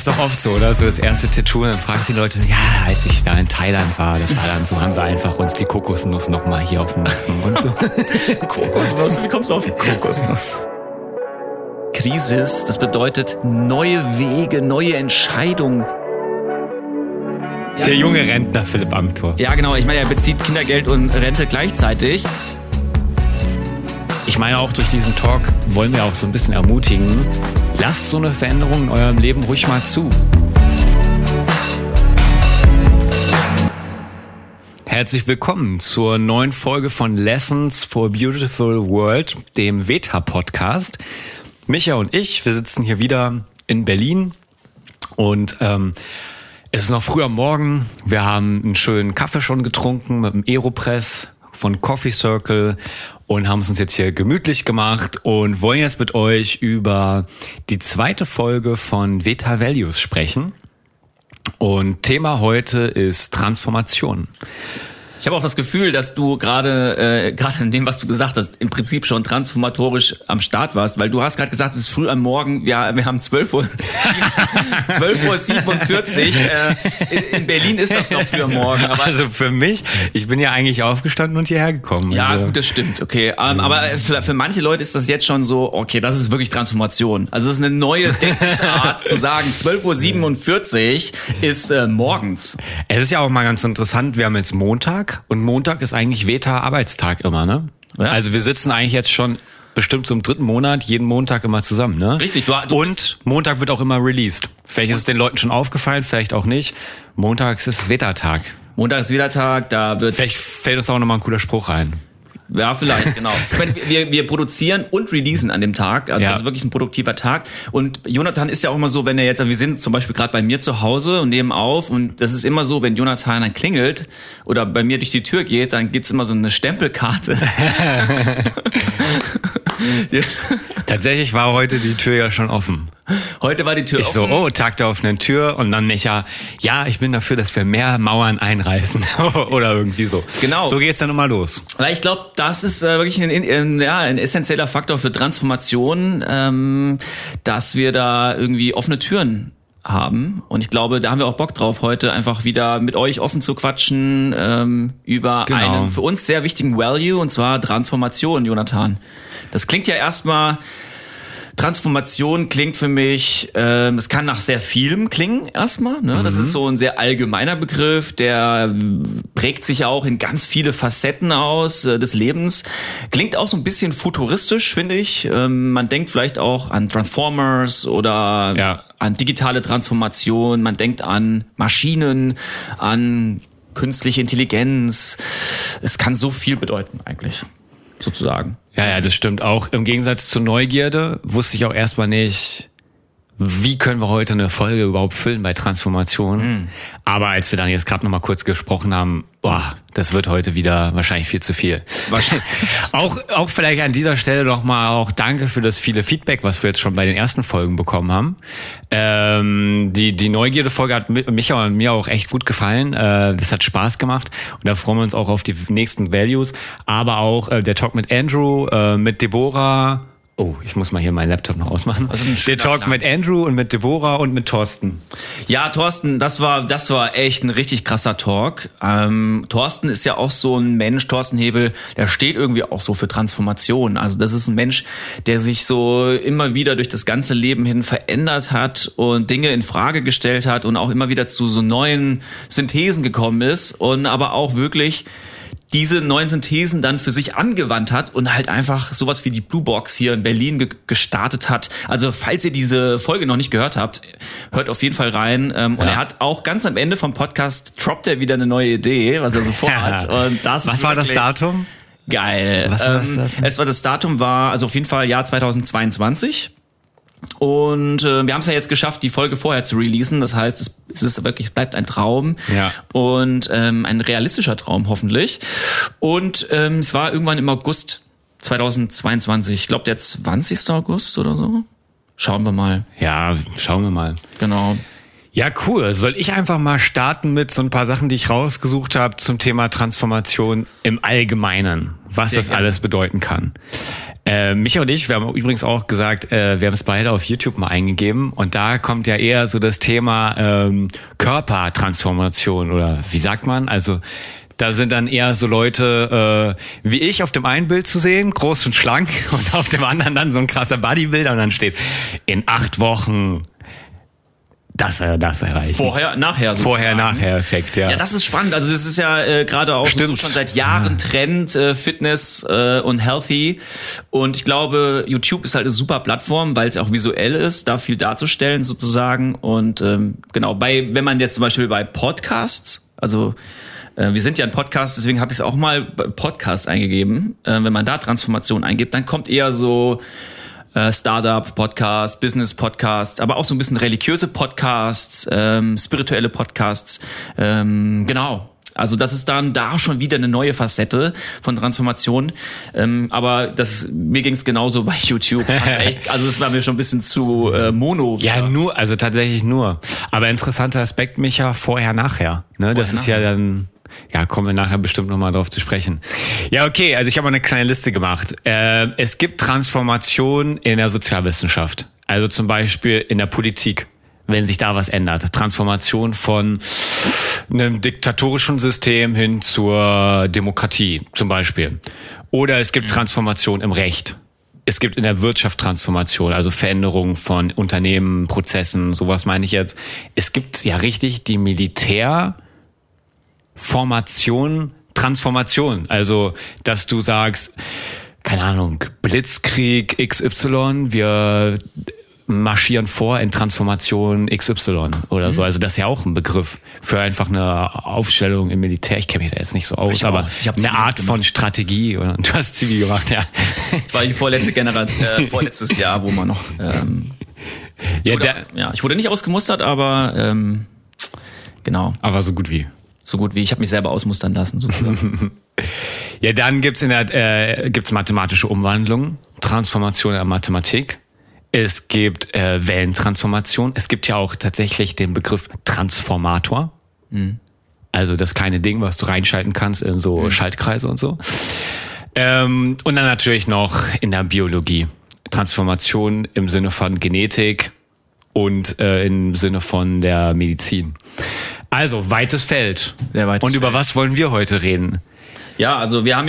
doch oft so, oder? So das erste Tattoo, dann fragen die Leute, ja, als ich da in Thailand war, das war dann so, haben wir einfach uns die Kokosnuss nochmal hier auf dem Nacken und so. Kokosnuss, wie kommst du auf die Kokosnuss? Krisis, das bedeutet neue Wege, neue Entscheidungen. Der junge Rentner Philipp Amthor. Ja, genau. Ich meine, er bezieht Kindergeld und Rente gleichzeitig. Ich meine, auch durch diesen Talk wollen wir auch so ein bisschen ermutigen, lasst so eine Veränderung in eurem Leben ruhig mal zu. Herzlich willkommen zur neuen Folge von Lessons for a Beautiful World, dem VETA-Podcast. Micha und ich, wir sitzen hier wieder in Berlin und es ist noch früh am Morgen. Wir haben einen schönen Kaffee schon getrunken mit dem Aeropress von Coffee Circle und haben es uns jetzt hier gemütlich gemacht und wollen jetzt mit euch über die zweite Folge von VETA Values sprechen. Und Thema heute ist Transformation. Ich habe auch das Gefühl, dass du gerade in dem, was du gesagt hast, im Prinzip schon transformatorisch am Start warst, weil du hast gerade gesagt, es ist früh am Morgen, wir haben 12:47 Uhr. In Berlin ist das noch früh am Morgen. Aber also für mich, ich bin ja eigentlich aufgestanden und hierher gekommen. Ja, also. Gut, das stimmt, okay. Aber für manche Leute ist das jetzt schon so, okay, das ist wirklich Transformation. Also es ist eine neue Denkensart zu sagen, 12:47 Uhr ist morgens. Es ist ja auch mal ganz interessant, wir haben jetzt Montag. Und Montag ist eigentlich VETA-Arbeitstag immer, ne? Ja. Also wir sitzen eigentlich jetzt schon bestimmt zum 3. Monat jeden Montag immer zusammen, ne? Richtig. Und Montag wird auch immer released. Vielleicht ist es den Leuten schon aufgefallen, vielleicht auch nicht. Montags ist es VETA-Tag. Montag ist VETA-Tag, da wird... Vielleicht fällt uns auch nochmal ein cooler Spruch ein. Ja, vielleicht, genau. Ich meine, wir produzieren und releasen an dem Tag. Also Das ist wirklich ein produktiver Tag. Und Jonathan ist ja auch immer so, wenn er jetzt, wir sind zum Beispiel gerade bei mir zu Hause und nehmen auf. Und das ist immer so, wenn Jonathan dann klingelt oder bei mir durch die Tür geht, dann gibt's immer so eine Stempelkarte. Ja. Tatsächlich war heute die Tür ja schon offen. Heute war die Tür offen. Ich so, Tag der offenen Tür und dann Micha, ja, ich bin dafür, dass wir mehr Mauern einreißen oder irgendwie so. Genau. So geht's dann immer los. Weil ich glaube, das ist wirklich ein essentieller Faktor für Transformation, dass wir da irgendwie offene Türen haben. Und ich glaube, da haben wir auch Bock drauf, heute einfach wieder mit euch offen zu quatschen über einen für uns sehr wichtigen Value, und zwar Transformation, Jonathan. Das klingt ja erstmal... Transformation klingt für mich, es kann nach sehr vielem klingen erstmal. Ne? Das ist so ein sehr allgemeiner Begriff, der prägt sich auch in ganz viele Facetten aus des Lebens. Klingt auch so ein bisschen futuristisch, finde ich. Man denkt vielleicht auch an Transformers oder an digitale Transformation. Man denkt an Maschinen, an künstliche Intelligenz. Es kann so viel bedeuten eigentlich, sozusagen. Ja, das stimmt auch. Im Gegensatz zur Neugierde wusste ich auch erstmal nicht, wie können wir heute eine Folge überhaupt füllen bei Transformation. Aber als wir dann jetzt gerade nochmal kurz gesprochen haben, das wird heute wieder wahrscheinlich viel zu viel. Wahrscheinlich. Auch vielleicht an dieser Stelle nochmal auch danke für das viele Feedback, was wir jetzt schon bei den ersten Folgen bekommen haben. Die Neugierde-Folge hat Micha und mir auch echt gut gefallen. Das hat Spaß gemacht und da freuen wir uns auch auf die nächsten Values. Aber auch der Talk mit Andrew, mit Deborah. Oh, ich muss mal hier meinen Laptop noch ausmachen. Also der Talk mit Andrew und mit Deborah und mit Thorsten. Ja, Thorsten, das war echt ein richtig krasser Talk. Thorsten ist ja auch so ein Mensch, Thorsten Hebel, der steht irgendwie auch so für Transformation. Also das ist ein Mensch, der sich so immer wieder durch das ganze Leben hin verändert hat und Dinge in Frage gestellt hat und auch immer wieder zu so neuen Synthesen gekommen ist und aber auch wirklich diese neuen Synthesen dann für sich angewandt hat und halt einfach sowas wie die Blue Box hier in Berlin gestartet hat. Also falls ihr diese Folge noch nicht gehört habt, hört auf jeden Fall rein. Und er hat auch ganz am Ende vom Podcast droppt er wieder eine neue Idee, was er so vorhat. Und was war das Datum? Geil. Das Datum war also auf jeden Fall Jahr 2022. Und wir haben es ja jetzt geschafft, die Folge vorher zu releasen. Das heißt, es bleibt ein Traum und ein realistischer Traum hoffentlich. Und es war irgendwann im August 2022. Ich glaube, der 20. August oder so. Schauen wir mal. Ja, schauen wir mal. Genau. Ja, cool. Soll ich einfach mal starten mit so ein paar Sachen, die ich rausgesucht habe zum Thema Transformation im Allgemeinen, was das alles bedeuten kann. Micha und ich, wir haben übrigens auch gesagt, wir haben es beide auf YouTube mal eingegeben und da kommt ja eher so das Thema Körpertransformation oder wie sagt man? Also da sind dann eher so Leute wie ich auf dem einen Bild zu sehen, groß und schlank und auf dem anderen dann so ein krasser Bodybuilder und dann steht in 8 Wochen das erreichen. Vorher-Nachher-Effekt, ja. Ja, das ist spannend. Also das ist ja gerade auch so schon seit Jahren Trend, Fitness und Healthy. Und ich glaube, YouTube ist halt eine super Plattform, weil es auch visuell ist, da viel darzustellen sozusagen. Und genau, wenn man jetzt zum Beispiel bei Podcasts, also wir sind ja ein Podcast, deswegen habe ich es auch mal Podcast eingegeben. Wenn man da Transformation eingibt, dann kommt eher so Startup-Podcasts, Business-Podcasts, aber auch so ein bisschen religiöse Podcasts, spirituelle Podcasts. Genau. Also das ist dann da schon wieder eine neue Facette von Transformation. Aber mir ging es genauso bei YouTube. Also das war mir schon ein bisschen zu mono. Ja, tatsächlich nur. Aber interessanter Aspekt, Micha, vorher-nachher. Ne? Das ist ja dann... Ja, kommen wir nachher bestimmt nochmal drauf zu sprechen. Ja, okay, also ich habe eine kleine Liste gemacht. Es gibt Transformation in der Sozialwissenschaft. Also zum Beispiel in der Politik, wenn sich da was ändert. Transformation von einem diktatorischen System hin zur Demokratie zum Beispiel. Oder es gibt Transformation im Recht. Es gibt in der Wirtschaft Transformation, also Veränderung von Unternehmen, Prozessen, sowas meine ich jetzt. Es gibt ja richtig die Transformation. Also, dass du sagst, keine Ahnung, Blitzkrieg XY, wir marschieren vor in Transformation XY oder so. Also das ist ja auch ein Begriff für einfach eine Aufstellung im Militär. Ich kenne mich da jetzt nicht so aus, aber eine Art von Strategie. Oder? Du hast Zivil gemacht, ja. Das war die vorletztes Jahr, wo man noch... ich wurde nicht ausgemustert, aber genau. Aber so gut wie. Ich habe mich selber ausmustern lassen, sozusagen. Ja, dann gibt's mathematische Umwandlung, Transformation in der Mathematik. Es gibt Wellentransformation. Es gibt ja auch tatsächlich den Begriff Transformator. Mhm. Also das kleine Ding, was du reinschalten kannst in so Schaltkreise und so. Und dann natürlich noch in der Biologie. Transformation im Sinne von Genetik und im Sinne von der Medizin. Also, weites Feld. Sehr weites Und über was wollen wir heute reden? Ja, also wir haben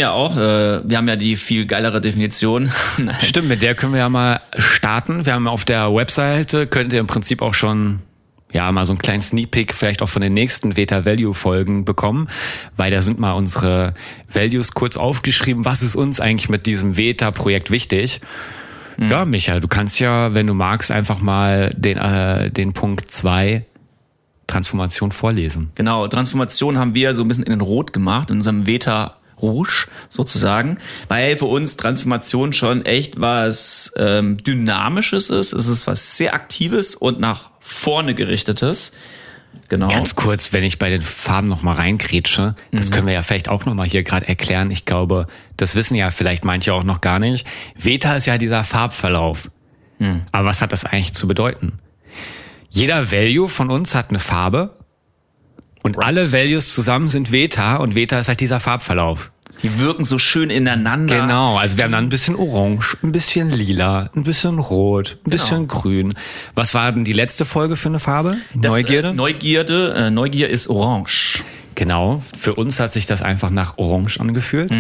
ja die viel geilere Definition. Stimmt, mit der können wir ja mal starten. Wir haben auf der Webseite, könnt ihr im Prinzip auch schon mal so einen kleinen Sneak Peek vielleicht auch von den nächsten Veta-Value-Folgen bekommen, weil da sind mal unsere Values kurz aufgeschrieben. Was ist uns eigentlich mit diesem Veta-Projekt wichtig? Ja, Micha, du kannst ja, wenn du magst, einfach mal den Punkt 2 Transformation vorlesen. Genau, Transformation haben wir so ein bisschen in Rot gemacht, in unserem Veta Rouge sozusagen, weil für uns Transformation schon echt was Dynamisches ist. Es ist was sehr Aktives und nach vorne gerichtetes. Genau. Ganz kurz, wenn ich bei den Farben nochmal reingrätsche, das können wir ja vielleicht auch nochmal hier gerade erklären. Ich glaube, das wissen ja vielleicht manche auch noch gar nicht. Veta ist ja dieser Farbverlauf. Aber was hat das eigentlich zu bedeuten? Jeder Value von uns hat eine Farbe und alle Values zusammen sind Veta und Veta ist halt dieser Farbverlauf. Die wirken so schön ineinander. Genau, also wir haben dann ein bisschen orange, ein bisschen lila, ein bisschen rot, ein bisschen grün. Was war denn die letzte Folge für eine Farbe? Neugierde? Neugier ist orange. Genau, für uns hat sich das einfach nach orange angefühlt.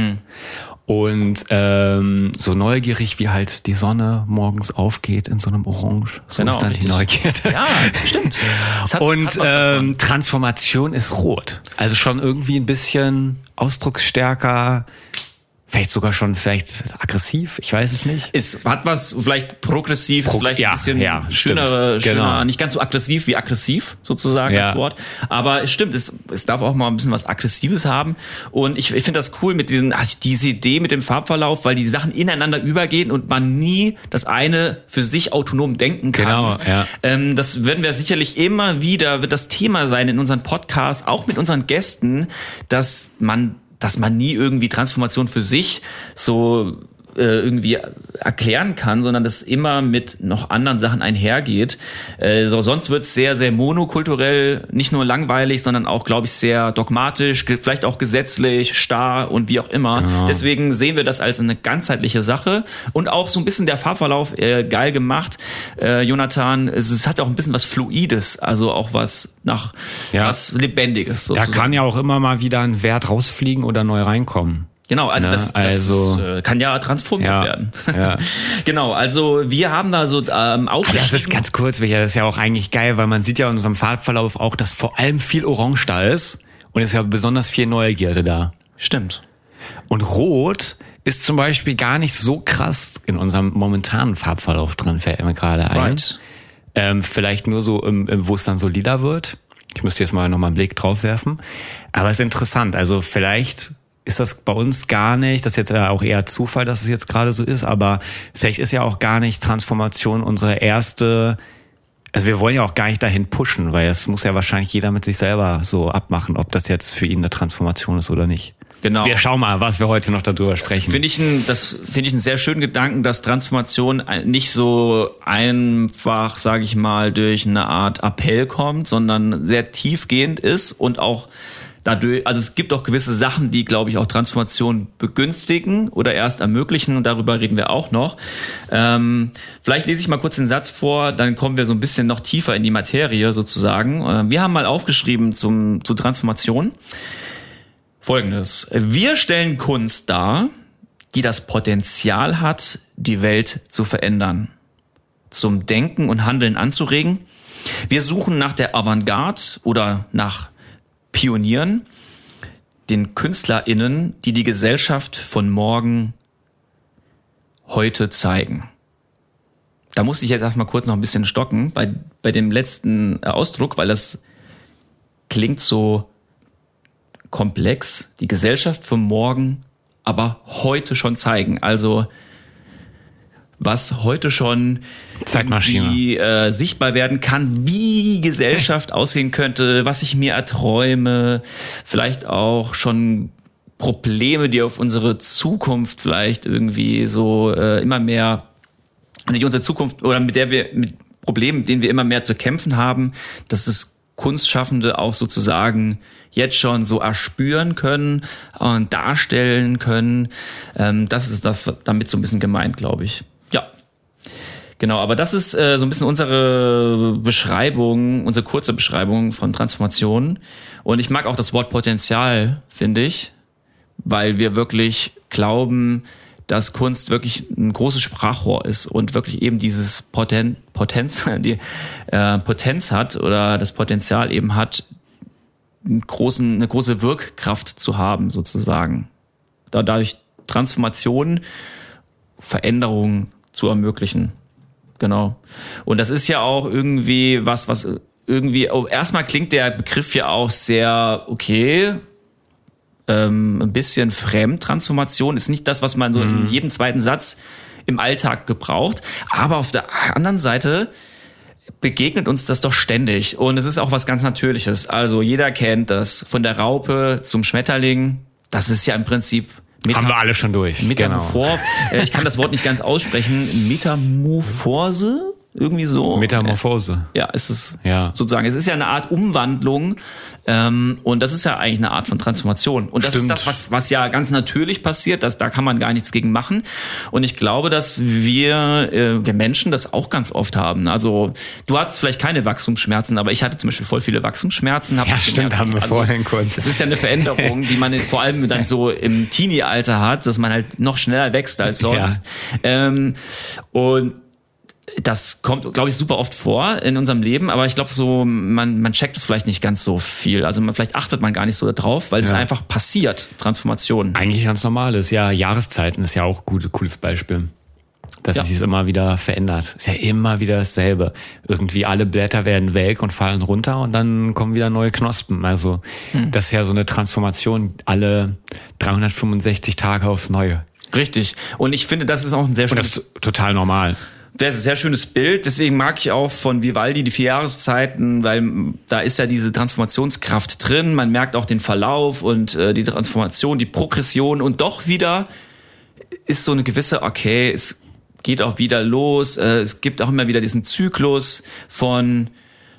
Und so neugierig, wie halt die Sonne morgens aufgeht in so einem Orange. So ist dann richtig. Die Neugierde. Ja, stimmt. Und Transformation ist rot. Also schon irgendwie ein bisschen ausdrucksstärker, vielleicht sogar schon aggressiv, ich weiß es nicht. Es hat was vielleicht progressiv, vielleicht ein bisschen schöner, genau. Nicht ganz so aggressiv wie aggressiv sozusagen als Wort. Aber es stimmt, es darf auch mal ein bisschen was Aggressives haben. Und ich finde das cool mit diese Idee mit dem Farbverlauf, weil die Sachen ineinander übergehen und man nie das eine für sich autonom denken kann. Genau, ja. Das werden wir sicherlich immer wieder, wird das Thema sein in unseren Podcasts, auch mit unseren Gästen, dass man nie irgendwie Transformation für sich so irgendwie erklären kann, sondern das immer mit noch anderen Sachen einhergeht. Sonst wird es sehr, sehr monokulturell, nicht nur langweilig, sondern auch, glaube ich, sehr dogmatisch, vielleicht auch gesetzlich, starr und wie auch immer. Genau. Deswegen sehen wir das als eine ganzheitliche Sache und auch so ein bisschen der Fahrverlauf geil gemacht. Jonathan, es hat auch ein bisschen was Fluides, also auch was was Lebendiges sozusagen. Da kann ja auch immer mal wieder ein Wert rausfliegen oder neu reinkommen. Genau, also das kann ja transformiert werden. Ja. Genau, also wir haben da so aufgeschrieben. Aber das ist ganz kurz, Michael, das ist ja auch eigentlich geil, weil man sieht ja in unserem Fahrtverlauf auch, dass vor allem viel Orange da ist und es ist ja besonders viel Neugierde da. Stimmt. Und Rot ist zum Beispiel gar nicht so krass in unserem momentanen Farbverlauf drin, fällt mir gerade ein. Right. Vielleicht nur so, wo es dann so lila wird. Ich müsste jetzt mal nochmal einen Blick drauf werfen. Aber es ist interessant, also vielleicht ist das bei uns gar nicht, das ist jetzt auch eher Zufall, dass es jetzt gerade so ist, aber vielleicht ist ja auch gar nicht Transformation unsere erste, also wir wollen ja auch gar nicht dahin pushen, weil es muss ja wahrscheinlich jeder mit sich selber so abmachen, ob das jetzt für ihn eine Transformation ist oder nicht. Genau. Wir schauen mal, was wir heute noch darüber sprechen. Finde ich einen sehr schönen Gedanken, dass Transformation nicht so einfach, sage ich mal, durch eine Art Appell kommt, sondern sehr tiefgehend ist und auch dadurch, also es gibt auch gewisse Sachen, die, glaube ich, auch Transformation begünstigen oder erst ermöglichen und darüber reden wir auch noch. Vielleicht lese ich mal kurz den Satz vor, dann kommen wir so ein bisschen noch tiefer in die Materie sozusagen. Wir haben mal aufgeschrieben zu Transformation Folgendes. Wir stellen Kunst dar, die das Potenzial hat, die Welt zu verändern, zum Denken und Handeln anzuregen. Wir suchen nach der Avantgarde oder nach Pionieren, den KünstlerInnen, die die Gesellschaft von morgen heute zeigen. Da musste ich jetzt erstmal kurz noch ein bisschen stocken bei dem letzten Ausdruck, weil das klingt so komplex. Die Gesellschaft von morgen, aber heute schon zeigen. Also was heute schon Zeitmaschine sichtbar werden kann, wie Gesellschaft aussehen könnte, was ich mir erträume, vielleicht auch schon Probleme, die auf unsere Zukunft vielleicht irgendwie so immer mehr, die unsere Zukunft oder mit Problemen, denen wir immer mehr zu kämpfen haben, dass es Kunstschaffende auch sozusagen jetzt schon so erspüren können und darstellen können. Das ist das damit so ein bisschen gemeint, glaube ich. Ja, genau, aber das ist so ein bisschen unsere kurze Beschreibung von Transformation. Und ich mag auch das Wort Potenzial, finde ich, weil wir wirklich glauben, dass Kunst wirklich ein großes Sprachrohr ist und wirklich eben dieses Potenz hat oder das Potenzial eben hat, eine große Wirkkraft zu haben, sozusagen. Dadurch Transformation, Veränderung zu ermöglichen. Genau. Und das ist ja auch irgendwie was irgendwie, erstmal klingt der Begriff ja auch sehr, okay, ein bisschen fremd. Transformation ist nicht das, was man so in jedem zweiten Satz im Alltag gebraucht. Aber auf der anderen Seite begegnet uns das doch ständig. Und es ist auch was ganz Natürliches. Also jeder kennt das. Von der Raupe zum Schmetterling. Das ist ja im Prinzip haben wir alle schon durch. Ich kann das Wort nicht ganz aussprechen. Metamorphose? Irgendwie so. Metamorphose. Ja, ist es sozusagen. Es ist ja eine Art Umwandlung und das ist ja eigentlich eine Art von Transformation. Und das ist das, was ja ganz natürlich passiert. Da kann man gar nichts gegen machen. Und ich glaube, dass wir Menschen das auch ganz oft haben. Also du hattest vielleicht keine Wachstumsschmerzen, aber ich hatte zum Beispiel voll viele Wachstumsschmerzen. Ja, stimmt, haben wir vorhin kurz. Das ist ja eine Veränderung, die man vor allem dann so im Teenie-Alter hat, dass man halt noch schneller wächst als sonst. Ja. Und das kommt, glaube ich, super oft vor in unserem Leben, aber ich glaube so, man checkt es vielleicht nicht ganz so viel. Also vielleicht achtet man gar nicht so darauf, weil es einfach passiert, Transformation. Eigentlich ganz normal ist. Ja, Jahreszeiten ist ja auch ein cooles Beispiel. Dass es sich immer wieder verändert. Ist ja immer wieder dasselbe. Irgendwie alle Blätter werden welk und fallen runter und dann kommen wieder neue Knospen. Also das ist ja so eine Transformation alle 365 Tage aufs Neue. Richtig. Und ich finde, das ist auch ein sehr schönes... Und das ist total normal. Das ist ein sehr schönes Bild, deswegen mag ich auch von Vivaldi die 4 Jahreszeiten, weil da ist ja diese Transformationskraft drin, man merkt auch den Verlauf und die Transformation, die Progression und doch wieder ist so eine gewisse, okay, es geht auch wieder los. Es gibt auch immer wieder diesen Zyklus von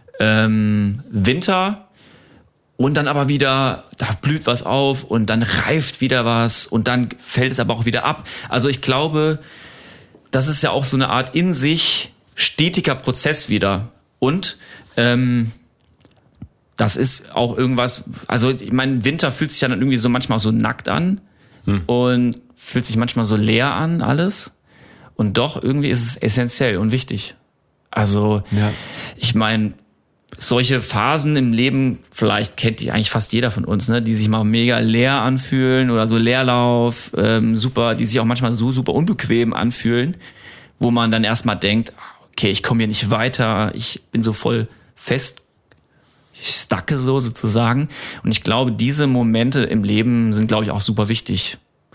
Winter und dann aber wieder, da blüht was auf und dann reift wieder was und dann fällt es aber auch wieder ab. Also ich glaube, das ist ja auch so eine Art in sich stetiger Prozess wieder. Und das ist auch irgendwas, also ich meine, Winter fühlt sich ja dann irgendwie so manchmal so nackt an und fühlt sich manchmal so leer an, alles. Und doch irgendwie ist es essentiell und wichtig. Also ich meine, solche Phasen im Leben, vielleicht kennt die eigentlich fast jeder von uns, ne, die sich mal mega leer anfühlen oder so Leerlauf, super, die sich auch manchmal so super unbequem anfühlen, wo man dann erstmal denkt, okay, ich komme hier nicht weiter, ich bin so voll fest, ich stacke so sozusagen. Und ich glaube, diese Momente im Leben sind, glaube ich, auch super wichtig,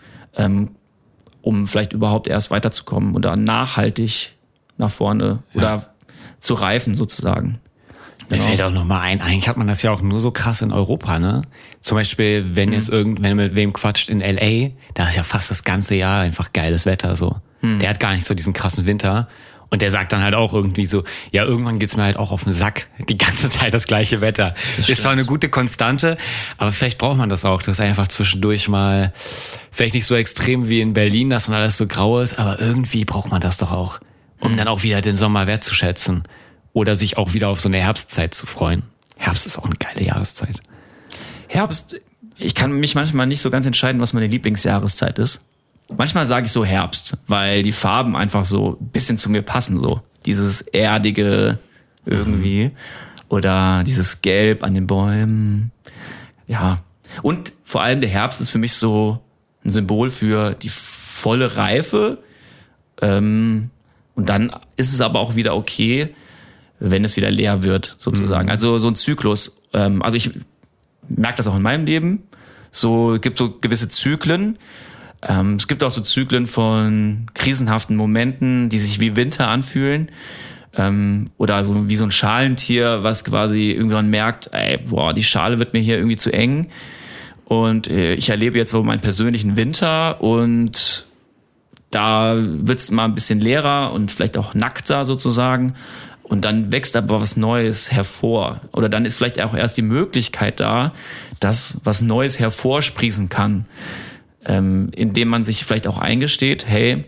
um vielleicht überhaupt erst weiterzukommen oder nachhaltig nach vorne oder zu reifen sozusagen. Mir fällt auch nochmal ein, eigentlich hat man das ja auch nur so krass in Europa, ne? Zum Beispiel, wenn jetzt wenn du mit wem quatscht in LA, da ist ja fast das ganze Jahr einfach geiles Wetter, so. Der hat gar nicht so diesen krassen Winter. Und der sagt dann halt auch irgendwie so, ja, irgendwann geht's mir halt auch auf den Sack. Die ganze Zeit das gleiche Wetter. Ist zwar eine gute Konstante, aber vielleicht braucht man das auch, dass einfach zwischendurch mal, vielleicht nicht so extrem wie in Berlin, dass dann alles so grau ist, aber irgendwie braucht man das doch auch, um dann auch wieder den Sommer wertzuschätzen. Oder sich auch wieder auf so eine Herbstzeit zu freuen. Herbst ist auch eine geile Jahreszeit. Herbst, ich kann mich manchmal nicht so ganz entscheiden, was meine Lieblingsjahreszeit ist. Manchmal sage ich so Herbst, weil die Farben einfach so ein bisschen zu mir passen, so. Dieses Erdige irgendwie. Oder dieses Gelb an den Bäumen. Ja. Und vor allem der Herbst ist für mich so ein Symbol für die volle Reife. Und dann ist es aber auch wieder okay, wenn es wieder leer wird, sozusagen. Also so ein Zyklus. Also ich merke das auch in meinem Leben. Es gibt so gewisse Zyklen. Es gibt auch so Zyklen von krisenhaften Momenten, die sich wie Winter anfühlen. Oder so wie so ein Schalentier, was quasi irgendwann merkt, die Schale wird mir hier irgendwie zu eng. Und ich erlebe jetzt wohl meinen persönlichen Winter und da wird es mal ein bisschen leerer und vielleicht auch nackter sozusagen. Und dann wächst aber was Neues hervor. Oder dann ist vielleicht auch erst die Möglichkeit da, dass was Neues hervorsprießen kann. Indem man sich vielleicht auch eingesteht, hey,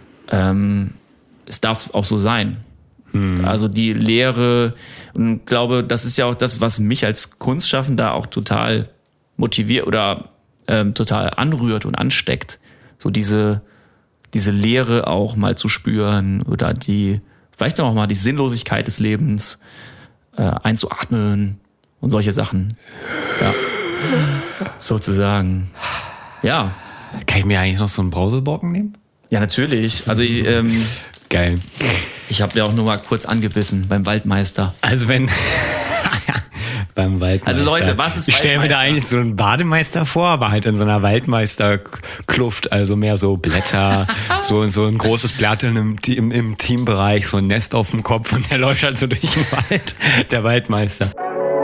es darf auch so sein. Also die Lehre, und glaube, das ist ja auch das, was mich als Kunstschaffender auch total motiviert oder total anrührt und ansteckt. So diese Lehre auch mal zu spüren oder vielleicht auch mal die Sinnlosigkeit des Lebens einzuatmen und solche Sachen. Ja, sozusagen. Ja. Kann ich mir eigentlich noch so einen Brauselborken nehmen? Ja, natürlich. Also geil. Ich habe ja auch nur mal kurz angebissen beim Waldmeister. Also beim Waldmeister. Also Leute, was ist Waldmeister? Ich stelle mir da eigentlich so einen Bademeister vor, aber halt in so einer Waldmeisterkluft, also mehr so Blätter, so ein großes Blatt im Teambereich, so ein Nest auf dem Kopf und der läuft halt so durch den Wald, der Waldmeister.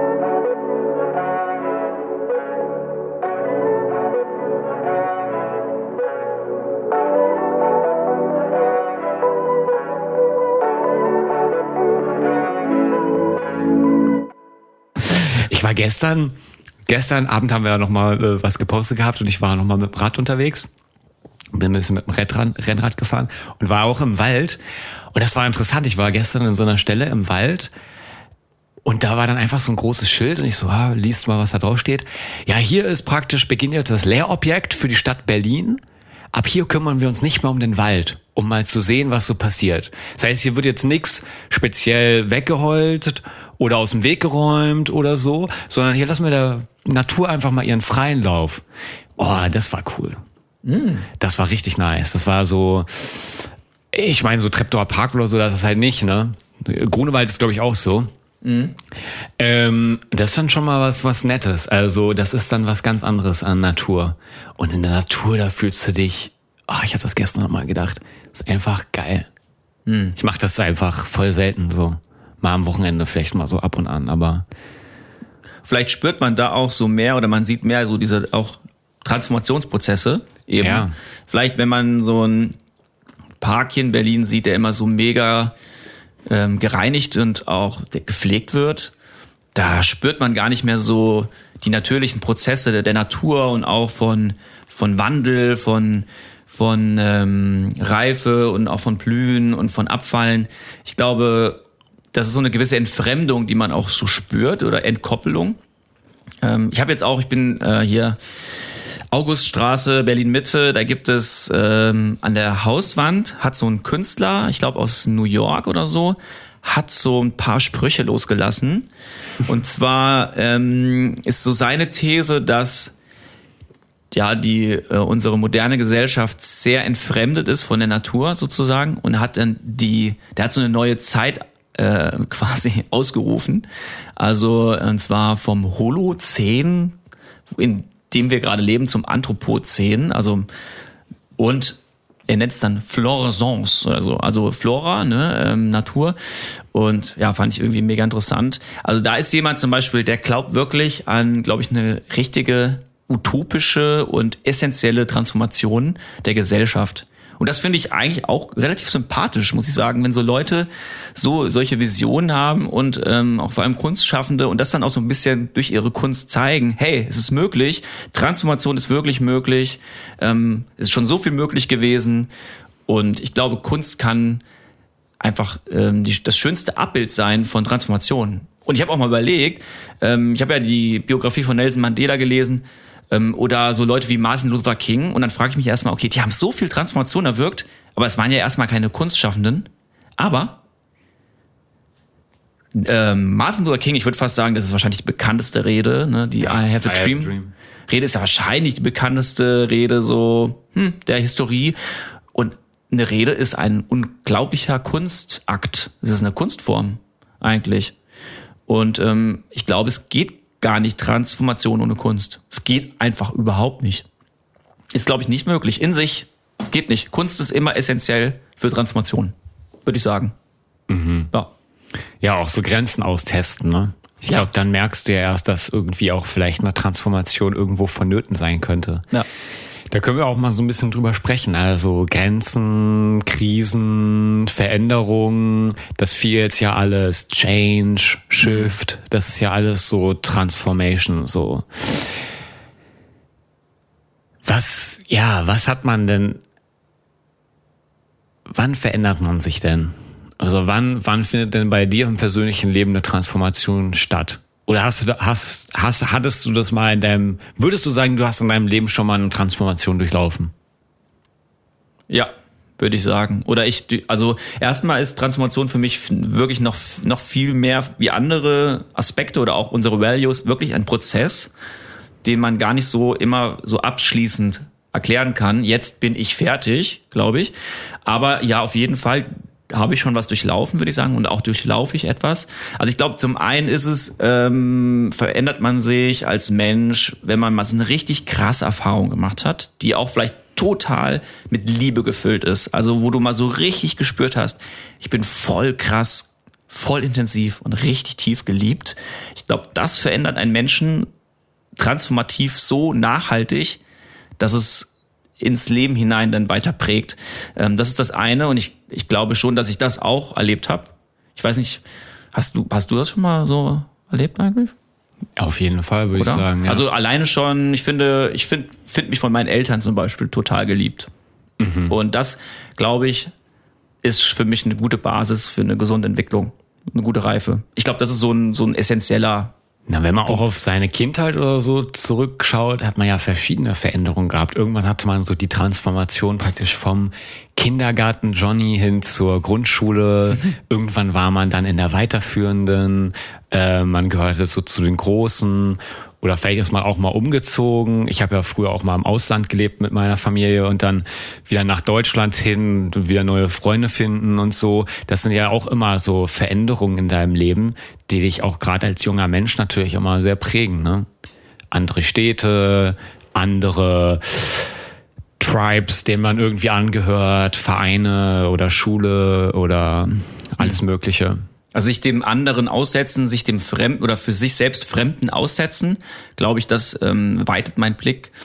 Ich war gestern Abend haben wir ja noch mal was gepostet gehabt und ich war noch mal mit dem Rad unterwegs. Bin ein bisschen mit dem Rennrad gefahren und war auch im Wald. Und das war interessant. Ich war gestern in so einer Stelle im Wald und da war dann einfach so ein großes Schild und ich so, liest mal, was da drauf steht. Ja, hier ist praktisch, beginnt jetzt das Lehrobjekt für die Stadt Berlin. Ab hier kümmern wir uns nicht mehr um den Wald, um mal zu sehen, was so passiert. Das heißt, hier wird jetzt nichts speziell weggeholzt oder aus dem Weg geräumt oder so, sondern hier lassen wir der Natur einfach mal ihren freien Lauf. Oh, das war cool. Das war richtig nice. Das war so, ich meine, so Treptower Park oder so, das ist halt nicht, ne? Grunewald ist, glaube ich, auch so. Das ist dann schon mal was Nettes. Also das ist dann was ganz anderes an Natur. Und in der Natur, da fühlst du dich, ich habe das gestern noch mal gedacht, ist einfach geil. Ich mache das einfach voll selten so. Mal am Wochenende vielleicht mal so ab und an, aber vielleicht spürt man da auch so mehr oder man sieht mehr so diese auch Transformationsprozesse eben. Ja. Vielleicht, wenn man so einen Park hier in Berlin sieht, der immer so mega gereinigt und auch gepflegt wird, da spürt man gar nicht mehr so die natürlichen Prozesse der Natur und auch von Wandel, von Reife und auch von Blühen und von Abfallen. Ich glaube, das ist so eine gewisse Entfremdung, die man auch so spürt oder Entkoppelung. Ich bin hier Auguststraße, Berlin-Mitte, da gibt es an der Hauswand, hat so ein Künstler, ich glaube aus New York oder so, hat so ein paar Sprüche losgelassen. Und zwar ist so seine These, dass unsere moderne Gesellschaft sehr entfremdet ist von der Natur sozusagen und hat dann der hat so eine neue Zeit quasi ausgerufen. Also, und zwar vom Holozän, in dem wir gerade leben, zum Anthropozän. Also, und er nennt es dann Florescence oder so. Also Flora, Natur. Und ja, fand ich irgendwie mega interessant. Also da ist jemand zum Beispiel, der glaubt wirklich an, glaube ich, eine richtige utopische und essentielle Transformation der Gesellschaft. Und das finde ich eigentlich auch relativ sympathisch, muss ich sagen, wenn so Leute solche Visionen haben und auch vor allem Kunstschaffende und das dann auch so ein bisschen durch ihre Kunst zeigen, hey, es ist möglich, Transformation ist wirklich möglich, es ist schon so viel möglich gewesen und ich glaube, Kunst kann einfach das schönste Abbild sein von Transformation. Und ich habe auch mal überlegt, ich habe ja die Biografie von Nelson Mandela gelesen, oder so Leute wie Martin Luther King. Und dann frage ich mich erstmal, okay, die haben so viel Transformation erwirkt, aber es waren ja erstmal keine Kunstschaffenden. Aber Martin Luther King, ich würde fast sagen, das ist wahrscheinlich die bekannteste Rede, ne? Die I Have a Dream. Rede ist ja wahrscheinlich die bekannteste Rede so der Historie. Und eine Rede ist ein unglaublicher Kunstakt. Es ist eine Kunstform eigentlich. Und ich glaube, es geht gar nicht Transformation ohne Kunst. Es geht einfach überhaupt nicht. Ist, glaube ich, nicht möglich. In sich, es geht nicht. Kunst ist immer essentiell für Transformation, würde ich sagen. Mhm. Ja, auch so Grenzen austesten, ne? Ich glaube, dann merkst du ja erst, dass irgendwie auch vielleicht eine Transformation irgendwo vonnöten sein könnte. Ja. Da können wir auch mal so ein bisschen drüber sprechen. Also Grenzen, Krisen, Veränderungen, das fiel jetzt ja alles Change, Shift, das ist ja alles so Transformation, so. Was hat man denn, wann verändert man sich denn? Also wann findet denn bei dir im persönlichen Leben eine Transformation statt? Oder hattest du das mal würdest du sagen, du hast in deinem Leben schon mal eine Transformation durchlaufen? Ja, würde ich sagen. Also erstmal ist Transformation für mich wirklich noch viel mehr wie andere Aspekte oder auch unsere Values wirklich ein Prozess, den man gar nicht so immer so abschließend erklären kann. Jetzt bin ich fertig, glaube ich. Aber ja, auf jeden Fall habe ich schon was durchlaufen, würde ich sagen, und auch durchlaufe ich etwas. Also ich glaube, zum einen ist es, verändert man sich als Mensch, wenn man mal so eine richtig krasse Erfahrung gemacht hat, die auch vielleicht total mit Liebe gefüllt ist. Also wo du mal so richtig gespürt hast, ich bin voll krass, voll intensiv und richtig tief geliebt. Ich glaube, das verändert einen Menschen transformativ so nachhaltig, dass es ins Leben hinein dann weiter prägt. Das ist das eine und ich glaube schon, dass ich das auch erlebt habe. Ich weiß nicht, hast du das schon mal so erlebt eigentlich? Auf jeden Fall, würde ich sagen. Ja. Also alleine schon, ich finde mich von meinen Eltern zum Beispiel total geliebt. Mhm. Und das, glaube ich, ist für mich eine gute Basis für eine gesunde Entwicklung, eine gute Reife. Ich glaube, das ist so ein essentieller. Na, wenn man auch auf seine Kindheit oder so zurückschaut, hat man ja verschiedene Veränderungen gehabt. Irgendwann hatte man so die Transformation praktisch vom Kindergarten Johnny hin zur Grundschule. Irgendwann war man dann in der weiterführenden, man gehörte so zu den Großen. Oder vielleicht ist man auch mal umgezogen. Ich habe ja früher auch mal im Ausland gelebt mit meiner Familie und dann wieder nach Deutschland hin, wieder neue Freunde finden und so. Das sind ja auch immer so Veränderungen in deinem Leben, die dich auch gerade als junger Mensch natürlich immer sehr prägen, ne? Andere Städte, andere Tribes, denen man irgendwie angehört, Vereine oder Schule oder alles Mögliche. Also sich dem anderen aussetzen, sich dem Fremden oder für sich selbst Fremden aussetzen, glaube ich, das weitet meinen Blick.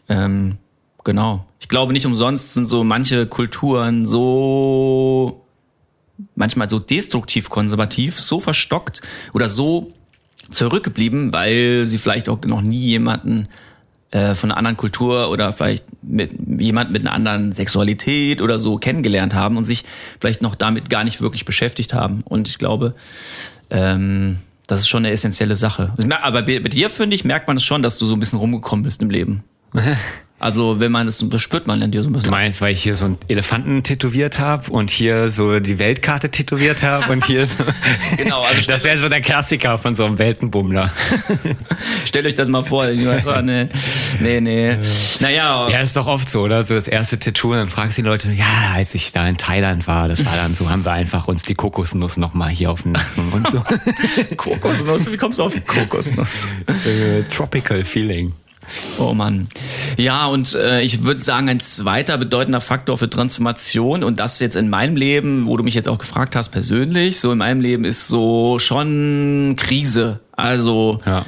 Genau. Ich glaube, nicht umsonst sind so manche Kulturen so manchmal so destruktiv konservativ, so verstockt oder so zurückgeblieben, weil sie vielleicht auch noch nie jemanden von einer anderen Kultur oder vielleicht jemand mit einer anderen Sexualität oder so kennengelernt haben und sich vielleicht noch damit gar nicht wirklich beschäftigt haben. Und ich glaube, das ist schon eine essentielle Sache. Aber bei dir, finde ich, merkt man es schon, dass du so ein bisschen rumgekommen bist im Leben. Also wenn man das spürt man in dir so ein bisschen. Du meinst, weil ich hier so einen Elefanten tätowiert habe und hier so die Weltkarte tätowiert habe und hier so. Genau, also das wäre so der Klassiker von so einem Weltenbummler. Stellt euch das mal vor. Ich weiß, nee. Naja. Ja, ist doch oft so, oder? So das erste Tattoo, dann fragst du die Leute, ja, als ich da in Thailand war, das war dann so, haben wir einfach uns die Kokosnuss nochmal hier auf den Nacken und so. Kokosnuss? Wie kommst du auf die Kokosnuss? Tropical Feeling. Oh Mann. Ja, und ich würde sagen, ein zweiter bedeutender Faktor für Transformation, und das jetzt in meinem Leben, wo du mich jetzt auch gefragt hast, persönlich, so in meinem Leben ist so schon Krise. Also, ja.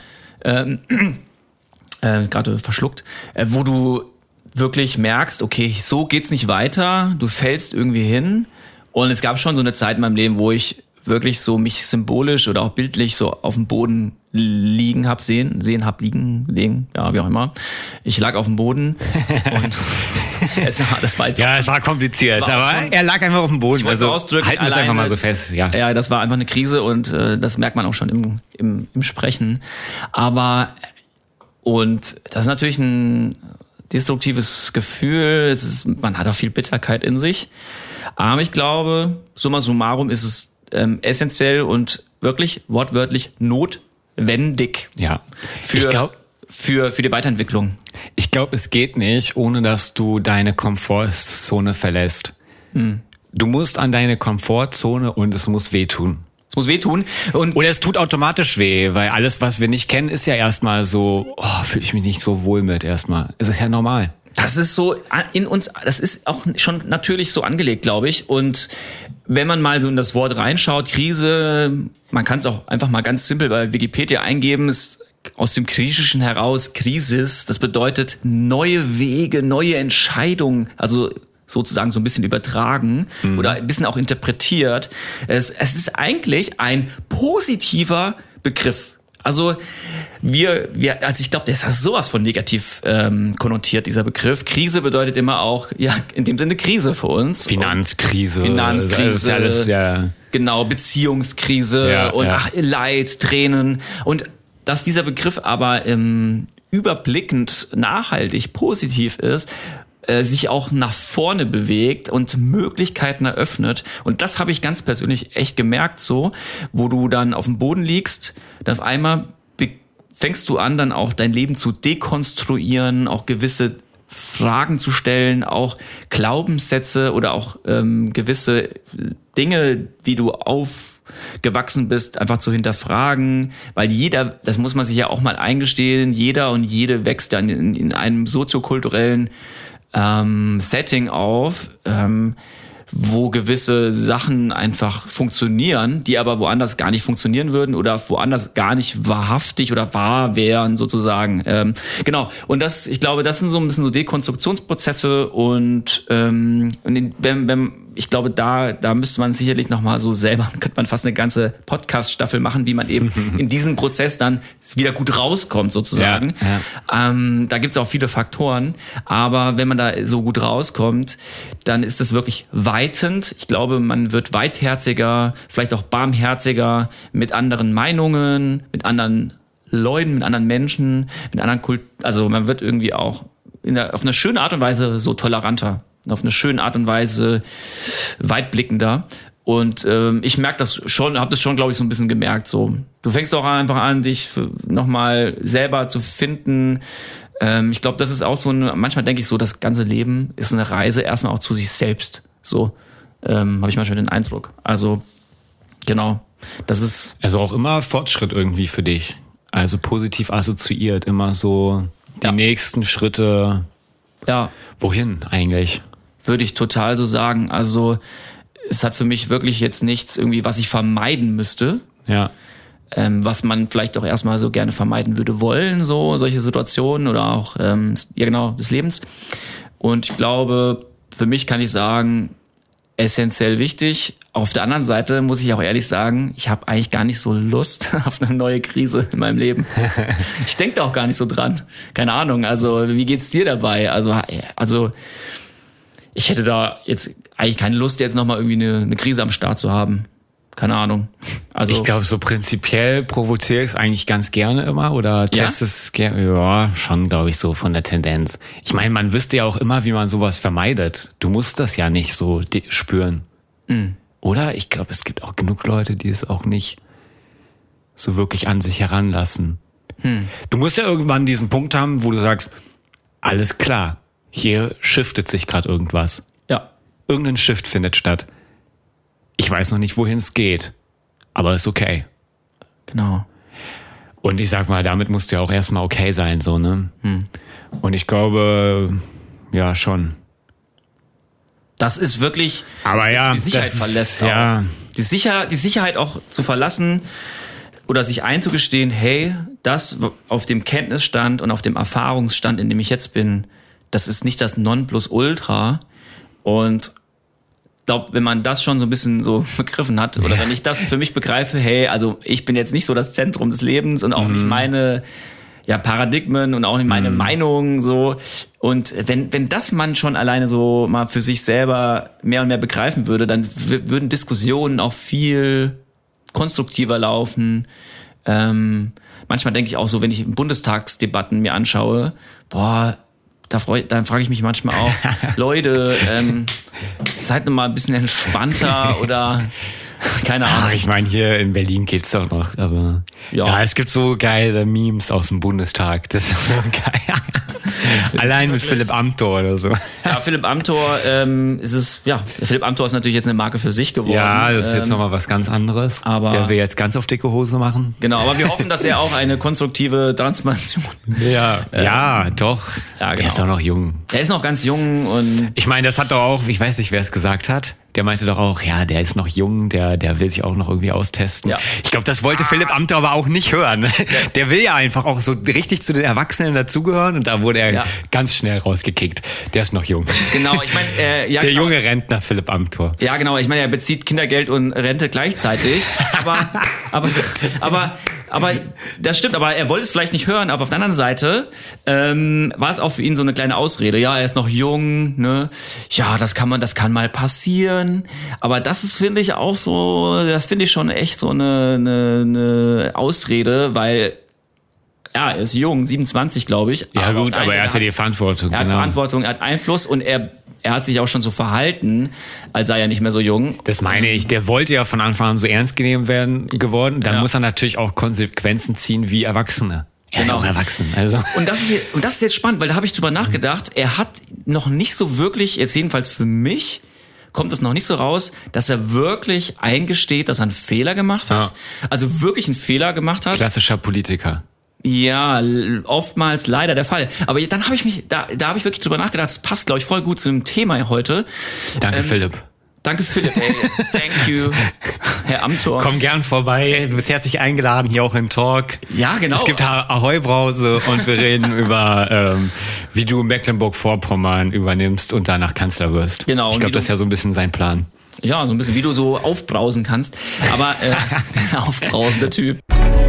Gerade verschluckt, wo du wirklich merkst, okay, so geht's nicht weiter, du fällst irgendwie hin. Und es gab schon so eine Zeit in meinem Leben, wo ich wirklich so mich symbolisch oder auch bildlich so auf dem Boden liegen hab liegen, ja, wie auch immer. Ich lag auf dem Boden und das war jetzt ja, es war kompliziert, aber er lag einfach auf dem Boden. Also halten wir es einfach mal so fest. Ja, das war einfach eine Krise und das merkt man auch schon im Sprechen. Und das ist natürlich ein destruktives Gefühl. Man hat auch viel Bitterkeit in sich. Aber ich glaube, summa summarum ist es essentiell und wirklich wortwörtlich notwendig. Ja. Für die Weiterentwicklung. Ich glaube, es geht nicht, ohne dass du deine Komfortzone verlässt. Du musst an deine Komfortzone und es muss wehtun. Es muss wehtun. Oder es tut automatisch weh, weil alles, was wir nicht kennen, ist ja erstmal so, fühle ich mich nicht so wohl mit erstmal. Es ist ja normal. Das ist so in uns, das ist auch schon natürlich so angelegt, glaube ich. Und wenn man mal so in das Wort reinschaut, Krise, man kann es auch einfach mal ganz simpel bei Wikipedia eingeben, ist aus dem Griechischen heraus Krisis, das bedeutet neue Wege, neue Entscheidungen, also sozusagen so ein bisschen übertragen oder ein bisschen auch interpretiert. Es ist eigentlich ein positiver Begriff. Also also ich glaube, der ist sowas von negativ konnotiert, dieser Begriff. Krise bedeutet immer auch, ja, in dem Sinne Krise für uns. Finanzkrise. Das ist alles, ja. Genau, Beziehungskrise und Leid, Tränen. Und dass dieser Begriff aber überblickend nachhaltig positiv ist, sich auch nach vorne bewegt und Möglichkeiten eröffnet. Und das habe ich ganz persönlich echt gemerkt so, wo du dann auf dem Boden liegst, dann auf einmal fängst du an, dann auch dein Leben zu dekonstruieren, auch gewisse Fragen zu stellen, auch Glaubenssätze oder auch gewisse Dinge, wie du aufgewachsen bist, einfach zu hinterfragen, weil jeder, das muss man sich ja auch mal eingestehen, jeder und jede wächst dann in einem soziokulturellen Setting auf, wo gewisse Sachen einfach funktionieren, die aber woanders gar nicht funktionieren würden oder woanders gar nicht wahrhaftig oder wahr wären sozusagen. Genau. Und ich glaube, das sind so ein bisschen so Dekonstruktionsprozesse und ich glaube, da müsste man sicherlich nochmal so selber, könnte man fast eine ganze Podcast-Staffel machen, wie man eben in diesem Prozess dann wieder gut rauskommt sozusagen. Ja. Da gibt's auch viele Faktoren, aber wenn man da so gut rauskommt, dann ist es wirklich weitend. Ich glaube, man wird weitherziger, vielleicht auch barmherziger mit anderen Meinungen, mit anderen Leuten, mit anderen Menschen, mit anderen also man wird irgendwie auch auf eine schöne Art und Weise so toleranter. Auf eine schöne Art und Weise weitblickender. Und ich merke das schon, habe das schon, glaube ich, so ein bisschen gemerkt. So, du fängst auch einfach an, dich nochmal selber zu finden. Ich glaube, das ist auch so manchmal denke ich so, das ganze Leben ist eine Reise erstmal auch zu sich selbst. So habe ich manchmal den Eindruck. Also genau, das ist also auch immer Fortschritt irgendwie für dich. Also positiv assoziiert, immer so die nächsten Schritte. Ja. Wohin eigentlich? Würde ich total so sagen. Also es hat für mich wirklich jetzt nichts irgendwie, was ich vermeiden müsste. Ja. was man vielleicht auch erstmal so gerne vermeiden würde wollen, so solche Situationen oder auch des Lebens. Und ich glaube, für mich kann ich sagen, essentiell wichtig. Auf der anderen Seite muss ich auch ehrlich sagen, ich habe eigentlich gar nicht so Lust auf eine neue Krise in meinem Leben. Ich denke da auch gar nicht so dran. Keine Ahnung, also wie geht's dir dabei? Also ich hätte da jetzt eigentlich keine Lust, jetzt nochmal irgendwie eine Krise am Start zu haben. Keine Ahnung. Also ich glaube, so prinzipiell provoziere ich es eigentlich ganz gerne immer oder teste es gerne. Ja, schon, glaube ich, so von der Tendenz. Ich meine, man wüsste ja auch immer, wie man sowas vermeidet. Du musst das ja nicht so spüren. Mhm. Oder? Ich glaube, es gibt auch genug Leute, die es auch nicht so wirklich an sich heranlassen. Du musst ja irgendwann diesen Punkt haben, wo du sagst, alles klar, hier shiftet sich gerade irgendwas. Ja. Irgendein Shift findet statt. Ich weiß noch nicht, wohin es geht, aber ist okay. Genau. Und ich sag mal, damit musst du ja auch erstmal okay sein, so, ne? Und ich glaube, ja, schon. Das ist wirklich, aber ja, die Sicherheit verlässt auch. Ja. Die Sicherheit auch zu verlassen oder sich einzugestehen, hey, das auf dem Kenntnisstand und auf dem Erfahrungsstand, in dem ich jetzt bin, das ist nicht das Nonplusultra. Und ich glaube, wenn man das schon so ein bisschen so begriffen hat oder wenn ich das für mich begreife, hey, also ich bin jetzt nicht so das Zentrum des Lebens und auch nicht meine Paradigmen und auch nicht meine Meinung so. Und wenn das man schon alleine so mal für sich selber mehr und mehr begreifen würde, dann würden Diskussionen auch viel konstruktiver laufen. Manchmal denke ich auch so, wenn ich Bundestagsdebatten mir anschaue, dann frage ich mich manchmal auch, Leute, seid noch mal ein bisschen entspannter oder keine Ahnung. Ach, ich meine, hier in Berlin geht's doch noch, aber ja, es gibt so geile Memes aus dem Bundestag. Das ist so geil. Allein mit Philipp Amthor oder so. Ja, Philipp Amthor Philipp Amthor ist natürlich jetzt eine Marke für sich geworden. Ja, das ist jetzt nochmal was ganz anderes. Aber der will jetzt ganz auf dicke Hose machen. Genau, aber wir hoffen, dass er auch eine konstruktive Transformation. Ja, doch. Ja, genau. Der ist doch noch jung. Er ist noch ganz jung und ich meine, das hat doch auch, ich weiß nicht, wer es gesagt hat. Der meinte doch auch, ja, der ist noch jung, der will sich auch noch irgendwie austesten. Ja. Ich glaube, das wollte Philipp Amthor aber auch nicht hören. Ja. Der will ja einfach auch so richtig zu den Erwachsenen dazugehören und da wurde er ganz schnell rausgekickt. Der ist noch jung. Genau, ich meine, der junge Rentner Philipp Amthor. Ja, genau, ich meine, er bezieht Kindergeld und Rente gleichzeitig. Aber das stimmt, aber er wollte es vielleicht nicht hören, aber auf der anderen Seite war es auch für ihn so eine kleine Ausrede. Ja, er ist noch jung, ne? Ja, das kann mal passieren. Aber das ist, finde ich, auch so, das finde ich schon echt so eine Ausrede, weil er ist jung, 27, glaube ich. Ja gut, aber er hat ja die Verantwortung. Er hat Verantwortung, er hat Einfluss und er hat sich auch schon so verhalten, als sei er nicht mehr so jung. Das meine ich. Der wollte ja von Anfang an so ernst genommen geworden. Dann muss er natürlich auch Konsequenzen ziehen wie Erwachsene. Er ist auch erwachsen. Also. Und das ist jetzt spannend, weil da habe ich drüber nachgedacht. Er hat noch nicht so wirklich, jetzt jedenfalls für mich, kommt es noch nicht so raus, dass er wirklich eingesteht, dass er einen Fehler gemacht hat. Ja. Also wirklich einen Fehler gemacht hat. Klassischer Politiker. Ja, oftmals leider der Fall. Aber dann habe ich da habe ich wirklich drüber nachgedacht, das passt, glaube ich, voll gut zu dem Thema heute. Danke, Philipp. Danke, Philipp. Ey. Thank you, Herr Amthor. Komm gern vorbei. Du bist herzlich eingeladen, hier auch im Talk. Ja, genau. Es gibt Ahoi-Brause und wir reden über, wie du Mecklenburg-Vorpommern übernimmst und danach Kanzler wirst. Genau. Ich glaube, das ist ja so ein bisschen sein Plan. Ja, so ein bisschen, wie du so aufbrausen kannst. Aber der aufbrausende Typ.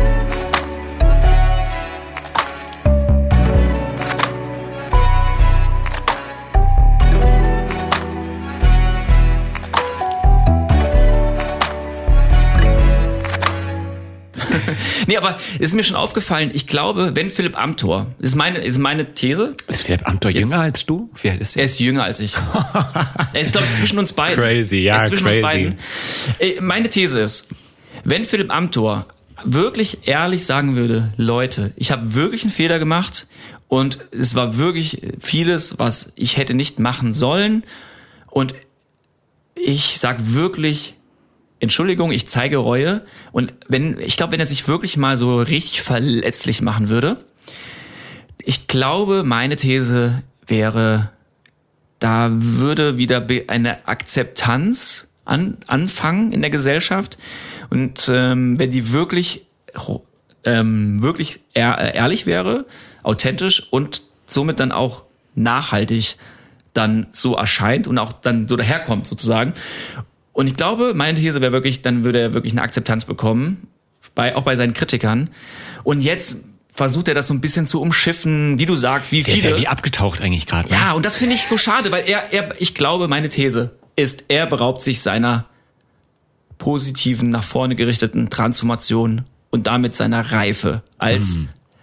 Nee, aber es ist mir schon aufgefallen, ich glaube, wenn Philipp Amthor, ist meine These. Ist Philipp Amthor jünger als du? Wie alt ist er? Er ist jünger als ich. Er ist, glaube ich, zwischen uns beiden. Crazy, ja, zwischen uns beiden. Meine These ist, wenn Philipp Amthor wirklich ehrlich sagen würde, Leute, ich habe wirklich einen Fehler gemacht und es war wirklich vieles, was ich hätte nicht machen sollen und ich sag wirklich Entschuldigung, ich zeige Reue. Und wenn er sich wirklich mal so richtig verletzlich machen würde, ich glaube, meine These wäre, da würde wieder eine Akzeptanz anfangen in der Gesellschaft. Und wenn die wirklich wirklich ehrlich wäre, authentisch und somit dann auch nachhaltig dann so erscheint und auch dann so daherkommt sozusagen. Und ich glaube, meine These wäre wirklich, dann würde er wirklich eine Akzeptanz bekommen, auch bei seinen Kritikern. Und jetzt versucht er das so ein bisschen zu umschiffen, wie du sagst, wie viele. Der ist ja wie abgetaucht eigentlich gerade. Ja, und das finde ich so schade, weil ich glaube, meine These ist, er beraubt sich seiner positiven, nach vorne gerichteten Transformation und damit seiner Reife als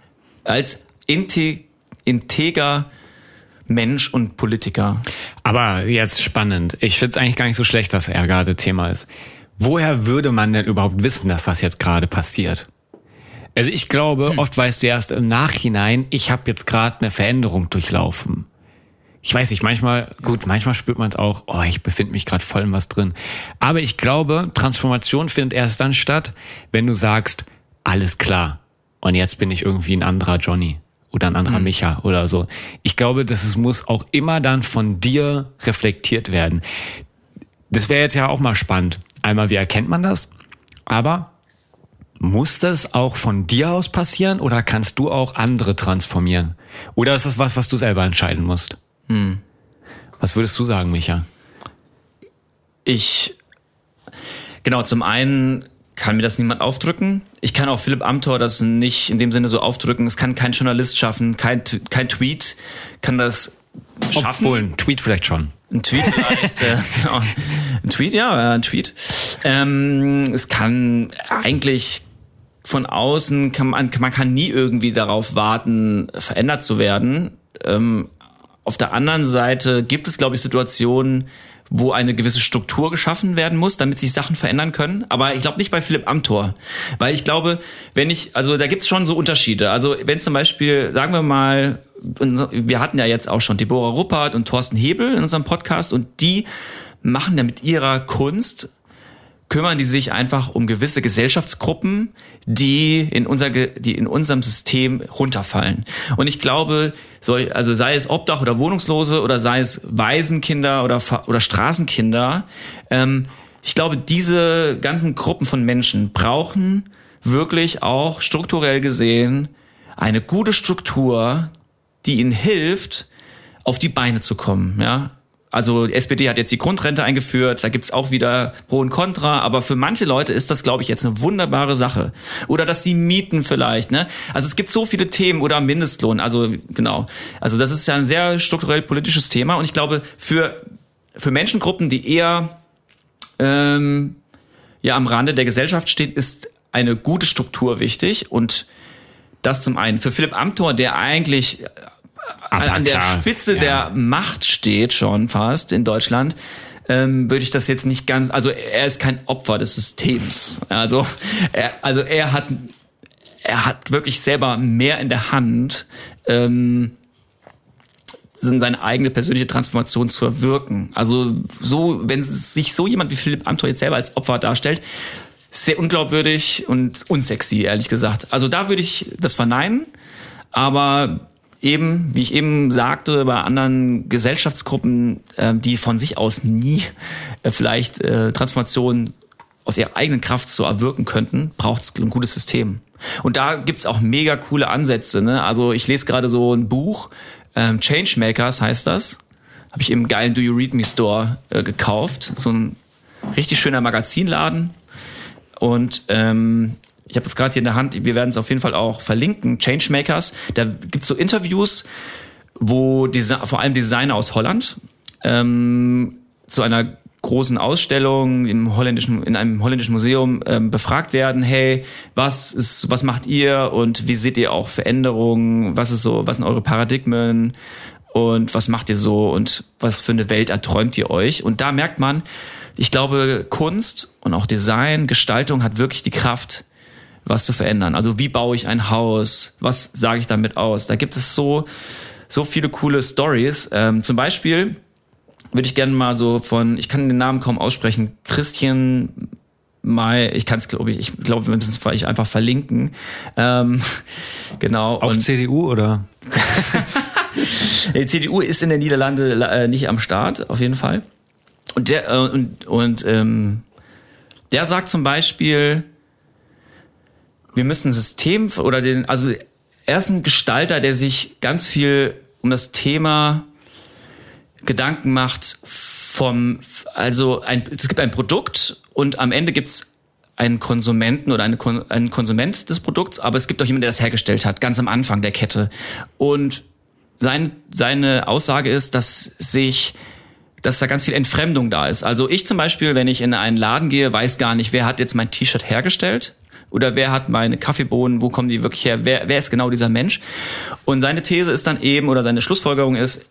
integer Mensch und Politiker. Aber jetzt spannend. Ich finde es eigentlich gar nicht so schlecht, dass er gerade Thema ist. Woher würde man denn überhaupt wissen, dass das jetzt gerade passiert? Also ich glaube, oft weißt du erst im Nachhinein, ich habe jetzt gerade eine Veränderung durchlaufen. Ich weiß nicht, manchmal spürt man es auch, ich befinde mich gerade voll in was drin. Aber ich glaube, Transformation findet erst dann statt, wenn du sagst, alles klar, und jetzt bin ich irgendwie ein anderer Johnny oder ein anderer Micha oder so. Ich glaube, muss auch immer dann von dir reflektiert werden. Das wäre jetzt ja auch mal spannend. Einmal, wie erkennt man das? Aber muss das auch von dir aus passieren oder kannst du auch andere transformieren? Oder ist das was du selber entscheiden musst? Was würdest du sagen, Micha? Genau, zum einen kann mir das niemand aufdrücken. Ich kann auch Philipp Amthor das nicht in dem Sinne so aufdrücken. Es kann kein Journalist schaffen, kein Tweet kann das schaffen. Obwohl, ein Tweet vielleicht schon. Ein Tweet vielleicht, genau. Ein Tweet. Es kann eigentlich von außen, man kann nie irgendwie darauf warten, verändert zu werden. Auf der anderen Seite gibt es, glaube ich, Situationen, wo eine gewisse Struktur geschaffen werden muss, damit sich Sachen verändern können. Aber ich glaube nicht bei Philipp Amthor. Weil ich glaube, da gibt es schon so Unterschiede. Also wenn zum Beispiel, sagen wir mal, wir hatten ja jetzt auch schon Deborah Ruppert und Thorsten Hebel in unserem Podcast und die machen ja mit ihrer Kunst, kümmern die sich einfach um gewisse Gesellschaftsgruppen, die in unserem System runterfallen. Und ich glaube, sei es Obdach oder Wohnungslose oder sei es Waisenkinder oder Straßenkinder, ich glaube, diese ganzen Gruppen von Menschen brauchen wirklich auch strukturell gesehen eine gute Struktur, die ihnen hilft, auf die Beine zu kommen, ja. Also SPD hat jetzt die Grundrente eingeführt, da gibt's auch wieder Pro und Contra, aber für manche Leute ist das, glaube ich, jetzt eine wunderbare Sache. Oder dass sie mieten vielleicht, ne? Also es gibt so viele Themen oder Mindestlohn, also genau. Also das ist ja ein sehr strukturell politisches Thema und ich glaube, für Menschengruppen, die eher am Rande der Gesellschaft stehen, ist eine gute Struktur wichtig und das zum einen. Für Philipp Amthor, der eigentlich an der Spitze der Macht steht schon fast in Deutschland, würde ich das jetzt nicht ganz, also er ist kein Opfer des Systems. Also er hat wirklich selber mehr in der Hand, seine eigene persönliche Transformation zu erwirken. Also so, wenn sich so jemand wie Philipp Amthor jetzt selber als Opfer darstellt, sehr unglaubwürdig und unsexy, ehrlich gesagt. Also da würde ich das verneinen, aber eben, wie ich eben sagte, bei anderen Gesellschaftsgruppen, die von sich aus nie vielleicht Transformation aus ihrer eigenen Kraft so erwirken könnten, braucht es ein gutes System. Und da gibt's auch mega coole Ansätze, ne? Also ich lese gerade so ein Buch, Changemakers heißt das, habe ich im geilen Do You Read Me Store gekauft, so ein richtig schöner Magazinladen. Und ich habe das gerade hier in der Hand, wir werden es auf jeden Fall auch verlinken, Changemakers, da gibt's so Interviews, wo vor allem Designer aus Holland zu einer großen Ausstellung in einem holländischen Museum befragt werden, hey, was macht ihr und wie seht ihr auch Veränderungen, was sind eure Paradigmen und was macht ihr so und was für eine Welt erträumt ihr euch? Und da merkt man, ich glaube, Kunst und auch Design, Gestaltung hat wirklich die Kraft, was zu verändern. Also wie baue ich ein Haus? Was sage ich damit aus? Da gibt es so viele coole Stories. Zum Beispiel würde ich gerne mal ich kann den Namen kaum aussprechen, Christian May, ich glaube, wir müssen es vielleicht einfach verlinken. Genau. Auch und CDU, oder? Die CDU ist in den Niederlanden nicht am Start, auf jeden Fall. Und der sagt zum Beispiel, wir müssen ein System oder er ist ein Gestalter, der sich ganz viel um das Thema Gedanken macht es gibt ein Produkt und am Ende gibt's einen Konsumenten oder einen Konsument des Produkts, aber es gibt auch jemanden, der das hergestellt hat, ganz am Anfang der Kette. Und seine Aussage ist, dass da ganz viel Entfremdung da ist. Also ich zum Beispiel, wenn ich in einen Laden gehe, weiß gar nicht, wer hat jetzt mein T-Shirt hergestellt oder wer hat meine Kaffeebohnen, wo kommen die wirklich her, wer ist genau dieser Mensch? Und seine These ist dann eben, oder seine Schlussfolgerung ist,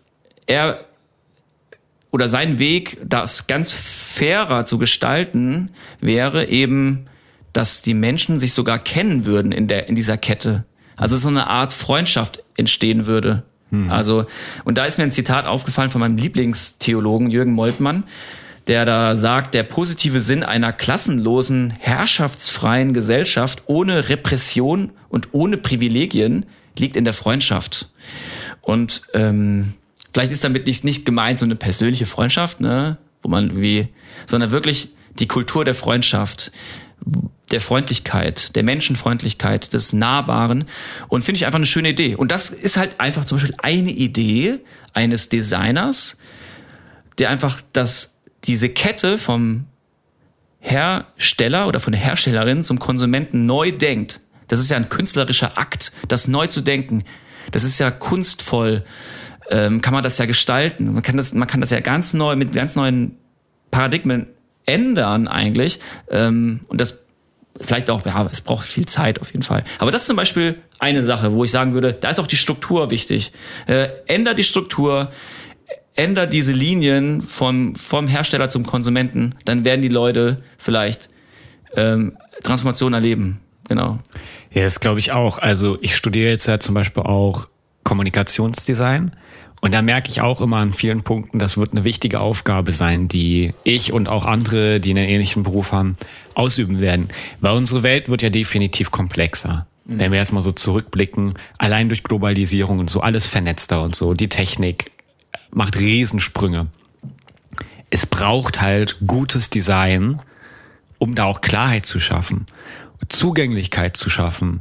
sein Weg, das ganz fairer zu gestalten, wäre eben, dass die Menschen sich sogar kennen würden in dieser Kette. Also so eine Art Freundschaft entstehen würde. Also, und da ist mir ein Zitat aufgefallen von meinem Lieblingstheologen Jürgen Moltmann, der da sagt, der positive Sinn einer klassenlosen, herrschaftsfreien Gesellschaft ohne Repression und ohne Privilegien liegt in der Freundschaft. Und vielleicht ist damit nicht gemeint so eine persönliche Freundschaft, ne, sondern wirklich die Kultur der Freundschaft, der Freundlichkeit, der Menschenfreundlichkeit, des Nahbaren, und finde ich einfach eine schöne Idee. Und das ist halt einfach zum Beispiel eine Idee eines Designers, der einfach diese Kette vom Hersteller oder von der Herstellerin zum Konsumenten neu denkt. Das ist ja ein künstlerischer Akt, das neu zu denken. Das ist ja kunstvoll, kann man das ja gestalten. Man kann das ja ganz neu, mit ganz neuen Paradigmen ändern eigentlich. Und das vielleicht auch, ja, es braucht viel Zeit auf jeden Fall. Aber das ist zum Beispiel eine Sache, wo ich sagen würde, da ist auch die Struktur wichtig. Änder die Struktur, änder diese Linien vom Hersteller zum Konsumenten, dann werden die Leute vielleicht Transformation erleben. Genau. Ja, das glaube ich auch. Also ich studiere jetzt ja zum Beispiel auch Kommunikationsdesign. Und da merke ich auch immer an vielen Punkten, das wird eine wichtige Aufgabe sein, die ich und auch andere, die einen ähnlichen Beruf haben, ausüben werden. Weil unsere Welt wird ja definitiv komplexer. Wenn wir jetzt mal so zurückblicken, allein durch Globalisierung und so, alles vernetzter und so, die Technik macht Riesensprünge. Es braucht halt gutes Design, um da auch Klarheit zu schaffen, Zugänglichkeit zu schaffen.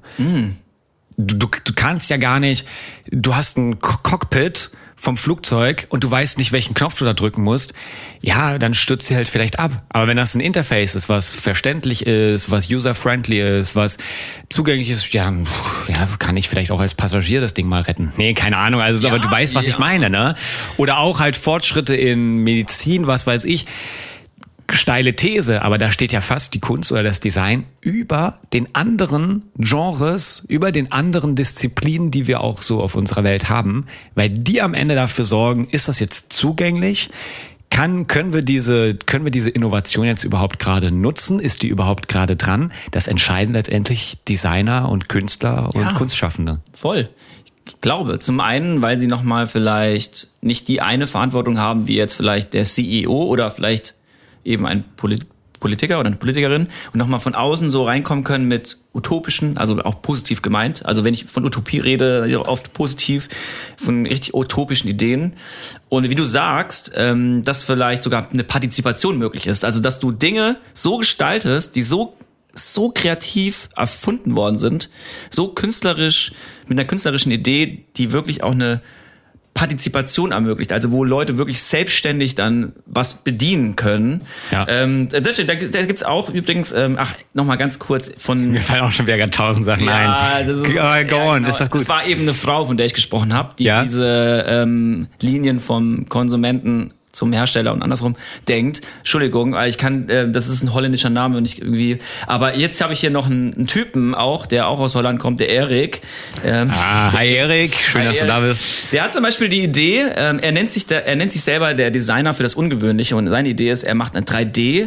Du kannst ja gar nicht, du hast ein Cockpit vom Flugzeug und du weißt nicht, welchen Knopf du da drücken musst, ja, dann stürzt sie halt vielleicht ab. Aber wenn das ein Interface ist, was verständlich ist, was user-friendly ist, was zugänglich ist, ja, kann ich vielleicht auch als Passagier das Ding mal retten. Nee, keine Ahnung, also, aber du weißt, was ich meine, ne? Oder auch halt Fortschritte in Medizin, was weiß ich. Steile These, aber da steht ja fast die Kunst oder das Design über den anderen Genres, über den anderen Disziplinen, die wir auch so auf unserer Welt haben, weil die am Ende dafür sorgen, ist das jetzt zugänglich? Können wir diese Innovation jetzt überhaupt gerade nutzen? Ist die überhaupt gerade dran? Das entscheiden letztendlich Designer und Künstler und Kunstschaffende. Voll. Ich glaube, zum einen, weil sie nochmal vielleicht nicht die eine Verantwortung haben, wie jetzt vielleicht der CEO oder vielleicht eben ein Politiker oder eine Politikerin und nochmal von außen so reinkommen können mit utopischen, also auch positiv gemeint. Also wenn ich von Utopie rede, oft positiv, von richtig utopischen Ideen. Und wie du sagst, dass vielleicht sogar eine Partizipation möglich ist. Also dass du Dinge so gestaltest, die so kreativ erfunden worden sind, so künstlerisch, mit einer künstlerischen Idee, die wirklich auch eine Partizipation ermöglicht, also wo Leute wirklich selbstständig dann was bedienen können. Ja. Da gibt's auch übrigens, nochmal ganz kurz von... Mir fallen auch schon wieder 1000 Sachen ein. Das ist, go on, ist doch gut. Es war eben eine Frau, von der ich gesprochen habe, die diese Linien vom Konsumenten zum Hersteller und andersrum denkt. Entschuldigung, weil ich kann, das ist ein holländischer Name und ich irgendwie, aber jetzt habe ich hier noch einen Typen auch, der auch aus Holland kommt, der Erik. Hi Erik, schön, dass du da bist. Der hat zum Beispiel die Idee, er nennt sich selber der Designer für das Ungewöhnliche und seine Idee ist, er macht eine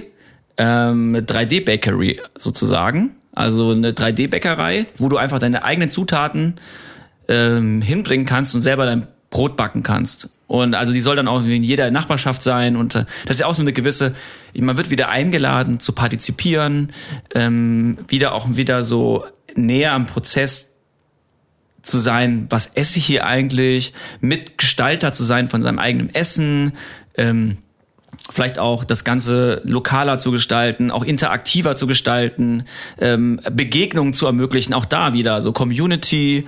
3D-Bakery sozusagen, also eine 3D-Bäckerei, wo du einfach deine eigenen Zutaten hinbringen kannst und selber dein Brot backen kannst. Und also die soll dann auch in jeder Nachbarschaft sein und das ist ja auch so eine gewisse, man wird wieder eingeladen zu partizipieren, wieder so näher am Prozess zu sein, was esse ich hier eigentlich, Mitgestalter zu sein von seinem eigenen Essen, vielleicht auch das Ganze lokaler zu gestalten, auch interaktiver zu gestalten, Begegnungen zu ermöglichen, auch da wieder, so Community.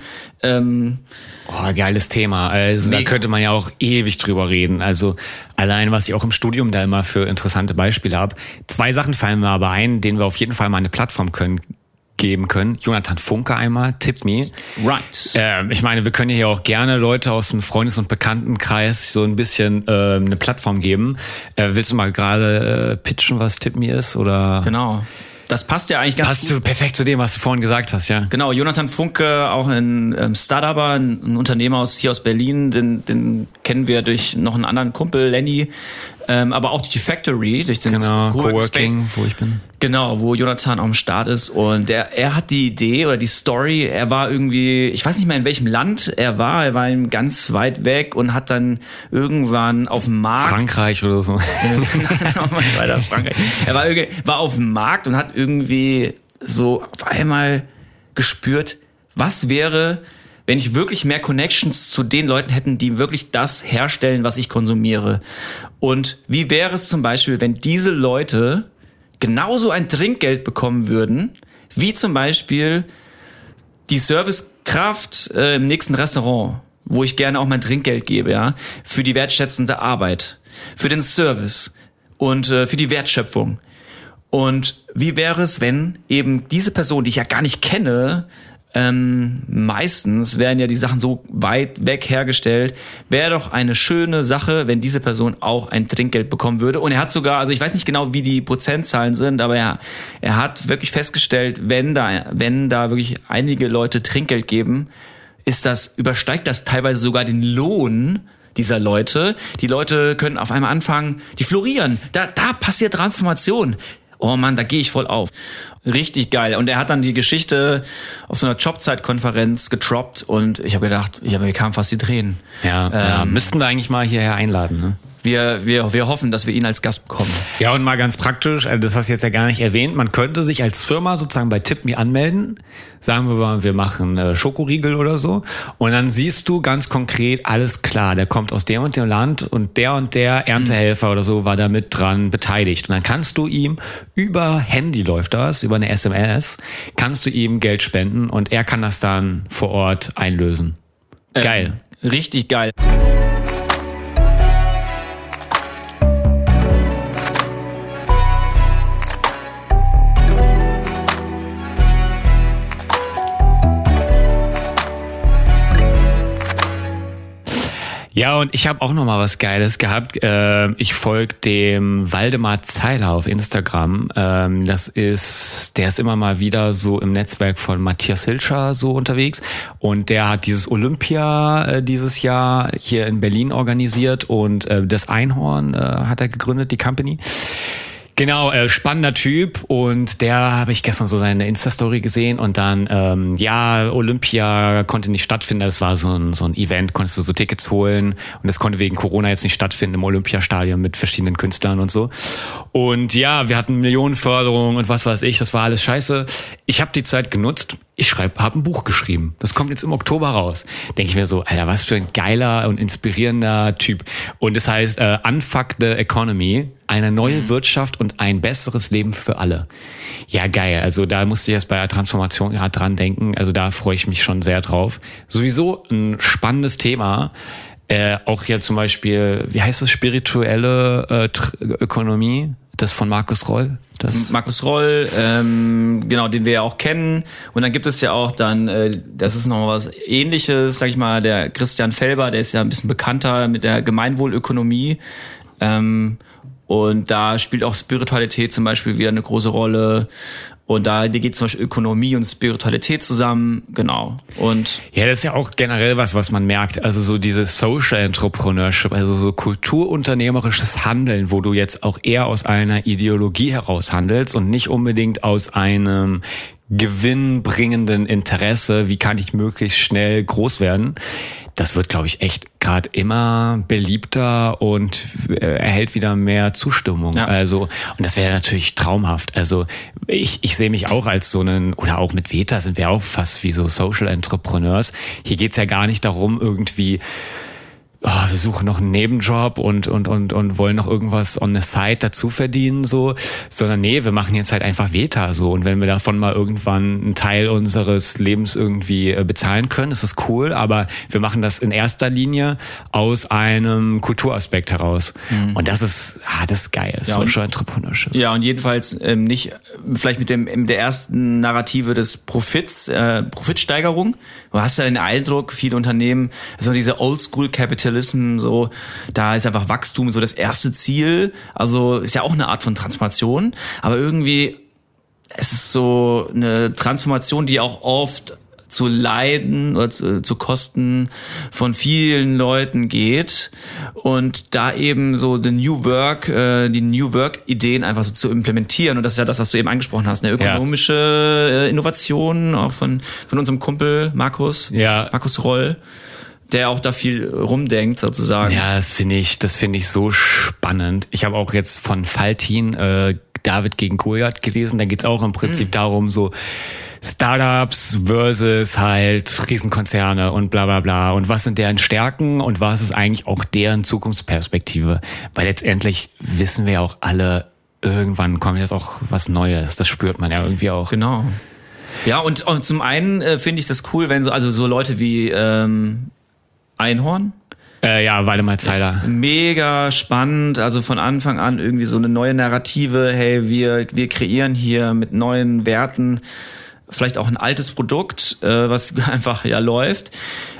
Geiles Thema. Also da könnte man ja auch ewig drüber reden. Also allein, was ich auch im Studium da immer für interessante Beispiele habe. 2 Sachen fallen mir aber ein, denen wir auf jeden Fall mal eine Plattform geben können. Jonathan Funke einmal, Tip Me. Right. Ich meine, wir können hier auch gerne Leute aus dem Freundes- und Bekanntenkreis so ein bisschen eine Plattform geben. Willst du mal gerade pitchen, was Tip Me ist? Oder? Genau. Das passt ja eigentlich ganz gut. Passt du perfekt zu dem, was du vorhin gesagt hast, ja. Genau, Jonathan Funke, auch ein Startupper, ein Unternehmer hier aus Berlin, den kennen wir durch noch einen anderen Kumpel, Lenny, aber auch durch die Factory, durch den Coworking, Space, wo ich bin. Genau, wo Jonathan am Start ist und er hat die Idee oder die Story, er war irgendwie, ich weiß nicht mehr in welchem Land er war ganz weit weg und hat dann irgendwann auf dem Markt... Frankreich oder so. Weiter Frankreich. Er war auf dem Markt und hat irgendwie so auf einmal gespürt, was wäre, wenn ich wirklich mehr Connections zu den Leuten hätten, die wirklich das herstellen, was ich konsumiere. Und wie wäre es zum Beispiel, wenn diese Leute genauso ein Trinkgeld bekommen würden, wie zum Beispiel die Servicekraft im nächsten Restaurant, wo ich gerne auch mein Trinkgeld gebe, ja, für die wertschätzende Arbeit, für den Service und für die Wertschöpfung. Und wie wäre es, wenn eben diese Person, die ich ja gar nicht kenne, meistens werden ja die Sachen so weit weg hergestellt, wäre doch eine schöne Sache, wenn diese Person auch ein Trinkgeld bekommen würde. Und er hat sogar, also ich weiß nicht genau, wie die Prozentzahlen sind, aber er hat wirklich festgestellt, wenn da wirklich einige Leute Trinkgeld geben, übersteigt das teilweise sogar den Lohn dieser Leute. Die Leute können auf einmal anfangen, die florieren. Da passiert Transformation. Oh Mann, da gehe ich voll auf. Richtig geil. Und er hat dann die Geschichte auf so einer Jobzeitkonferenz getroppt und ich habe gedacht, mir kamen fast die Tränen. Ja, müssten wir eigentlich mal hierher einladen, ne? Wir hoffen, dass wir ihn als Gast bekommen. Ja, und mal ganz praktisch, das hast du jetzt ja gar nicht erwähnt, man könnte sich als Firma sozusagen bei Tip Me anmelden, sagen wir mal, wir machen Schokoriegel oder so und dann siehst du ganz konkret, alles klar, der kommt aus dem und dem Land und der Erntehelfer oder so war da mit dran beteiligt und dann kannst du ihm über Handy läuft das, über eine SMS, kannst du ihm Geld spenden und er kann das dann vor Ort einlösen. Geil. Richtig geil. Ja, und ich habe auch noch mal was Geiles gehabt. Ich folge dem Waldemar Zeiler auf Instagram. Der ist immer mal wieder so im Netzwerk von Matthias Hilscher so unterwegs. Und der hat dieses Olympia dieses Jahr hier in Berlin organisiert und das Einhorn hat er gegründet, die Company. Genau, spannender Typ und der habe ich gestern so seine Insta-Story gesehen und dann, Olympia konnte nicht stattfinden, das war so ein Event, konntest du so Tickets holen und das konnte wegen Corona jetzt nicht stattfinden im Olympiastadion mit verschiedenen Künstlern und so. Und ja, wir hatten Millionenförderung und was weiß ich, das war alles scheiße. Ich habe die Zeit genutzt, habe ein Buch geschrieben. Das kommt jetzt im Oktober raus. Denke ich mir so, Alter, was für ein geiler und inspirierender Typ. Und das heißt Unfuck the Economy, eine neue Wirtschaft und ein besseres Leben für alle. Ja, geil. Also da musste ich jetzt bei der Transformation gerade dran denken. Also da freue ich mich schon sehr drauf. Sowieso ein spannendes Thema. Auch hier zum Beispiel, wie heißt das, spirituelle Ökonomie? Das von Markus Roll. Markus Roll, genau, den wir ja auch kennen. Und dann gibt es ja auch dann, das ist noch was Ähnliches, sag ich mal, der Christian Felber, der ist ja ein bisschen bekannter mit der Gemeinwohlökonomie. Und da spielt auch Spiritualität zum Beispiel wieder eine große Rolle. Und da geht zum Beispiel Ökonomie und Spiritualität zusammen, genau. Und ja, das ist ja auch generell was man merkt. Also so dieses Social Entrepreneurship, also so kulturunternehmerisches Handeln, wo du jetzt auch eher aus einer Ideologie heraus handelst und nicht unbedingt aus einem gewinnbringenden Interesse, wie kann ich möglichst schnell groß werden. Das wird, glaube ich, echt gerade immer beliebter und erhält wieder mehr Zustimmung. Ja. Also, und das wäre natürlich traumhaft. Also ich sehe mich auch als so oder auch mit Veta sind wir auch fast wie so Social Entrepreneurs. Hier geht's ja gar nicht darum, irgendwie wir suchen noch einen Nebenjob und wollen noch irgendwas on the side dazu verdienen, so, sondern nee, wir machen jetzt halt einfach Veta, so, und wenn wir davon mal irgendwann einen Teil unseres Lebens irgendwie bezahlen können, ist das cool, aber wir machen das in erster Linie aus einem Kulturaspekt heraus. Und das ist geil, das ist Social Entrepreneurship. Ja, und jedenfalls nicht vielleicht mit der ersten Narrative des Profitsteigerung. Du hast ja den Eindruck, viele Unternehmen, also diese Oldschool-Capitalism, so, da ist einfach Wachstum so das erste Ziel. Also ist ja auch eine Art von Transformation, aber irgendwie es ist so eine Transformation, die auch oft zu Leiden oder zu Kosten von vielen Leuten geht und da eben so die New Work-Ideen einfach so zu implementieren, und das ist ja das, was du eben angesprochen hast, eine ökonomische Innovation, auch von unserem Kumpel Markus Roll, der auch da viel rumdenkt sozusagen. Ja, das finde ich so spannend. Ich habe auch jetzt von Faltin David gegen Goliath gelesen, da geht's auch im Prinzip darum, so Startups versus halt Riesenkonzerne und bla bla bla, und was sind deren Stärken und was ist eigentlich auch deren Zukunftsperspektive, weil letztendlich wissen wir ja auch alle, irgendwann kommt jetzt auch was Neues, das spürt man ja irgendwie auch. Genau. Ja, und zum einen finde ich das cool, wenn so Leute wie Einhorn, Waldemar Zeiler. Mega spannend, also von Anfang an irgendwie so eine neue Narrative, hey, wir kreieren hier mit neuen Werten vielleicht auch ein altes Produkt, was einfach läuft.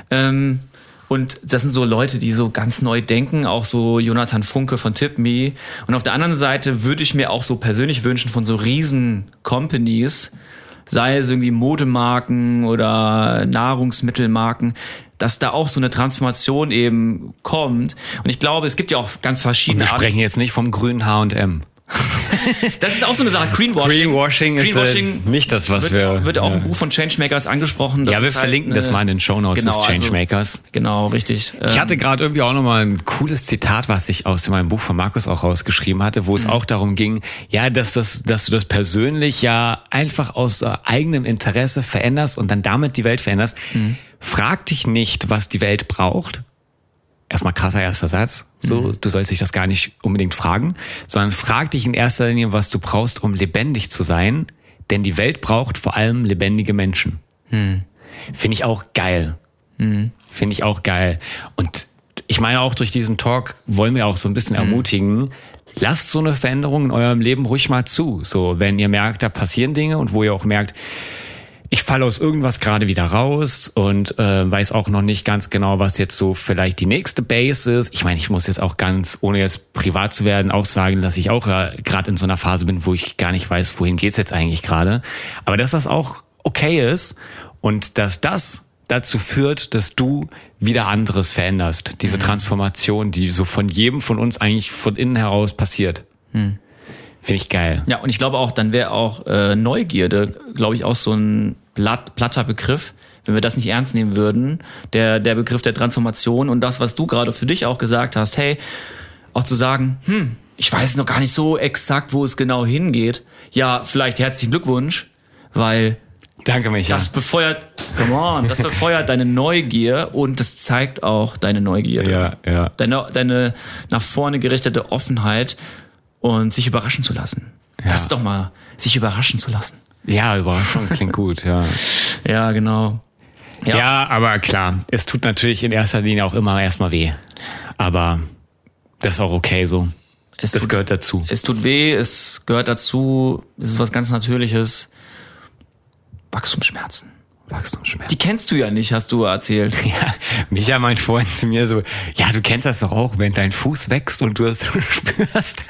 Und das sind so Leute, die so ganz neu denken, auch so Jonathan Funke von TipMe. Und auf der anderen Seite würde ich mir auch so persönlich wünschen von so riesen Companies, sei es irgendwie Modemarken oder Nahrungsmittelmarken, dass da auch so eine Transformation eben kommt. Und ich glaube, es gibt ja auch ganz verschiedene Arten. Wir sprechen jetzt nicht vom grünen H&M. Das ist auch so eine Sache. Greenwashing ist nicht das, was wird auch im Buch von Changemakers angesprochen. Das wir verlinken das mal in den Shownotes des Changemakers. Genau, richtig. Ich hatte gerade irgendwie auch nochmal ein cooles Zitat, was ich aus meinem Buch von Markus auch rausgeschrieben hatte, wo es auch darum ging, dass du das persönlich ja einfach aus eigenem Interesse veränderst und dann damit die Welt veränderst. Frag dich nicht, was die Welt braucht. Erstmal krasser erster Satz. So, du sollst dich das gar nicht unbedingt fragen, sondern frag dich in erster Linie, was du brauchst, um lebendig zu sein. Denn die Welt braucht vor allem lebendige Menschen. Finde ich auch geil. Finde ich auch geil. Und ich meine auch, durch diesen Talk wollen wir auch so ein bisschen ermutigen, lasst so eine Veränderung in eurem Leben ruhig mal zu. So, wenn ihr merkt, da passieren Dinge und wo ihr auch merkt, ich falle aus irgendwas gerade wieder raus und weiß auch noch nicht ganz genau, was jetzt so vielleicht die nächste Base ist. Ich meine, ich muss jetzt auch ganz, ohne jetzt privat zu werden, auch sagen, dass ich auch gerade in so einer Phase bin, wo ich gar nicht weiß, wohin geht's jetzt eigentlich gerade. Aber dass das auch okay ist und dass das dazu führt, dass du wieder anderes veränderst. Diese Transformation, die so von jedem von uns eigentlich von innen heraus passiert. Finde ich geil. Ja, und ich glaube auch, dann wäre auch Neugierde, glaube ich, auch so ein platter Begriff, wenn wir das nicht ernst nehmen würden, der Begriff der Transformation und das, was du gerade für dich auch gesagt hast, hey, auch zu sagen, ich weiß noch gar nicht so exakt, wo es genau hingeht. Ja, vielleicht herzlichen Glückwunsch, weil danke, Micha. Das befeuert deine Neugier und das zeigt auch deine Neugierde. Ja. Deine nach vorne gerichtete Offenheit und sich überraschen zu lassen. Ja. Das ist doch mal, sich überraschen zu lassen. Ja, Überraschung klingt gut, ja. Ja, genau. Ja, aber klar, es tut natürlich in erster Linie auch immer erstmal weh. Aber das ist auch okay so. Das gehört dazu. Es tut weh, es gehört dazu, es ist was ganz Natürliches. Wachstumsschmerzen. Die kennst du ja nicht, hast du erzählt. Ja, Micha meint vorhin zu mir so, ja, du kennst das doch auch, wenn dein Fuß wächst und du es spürst.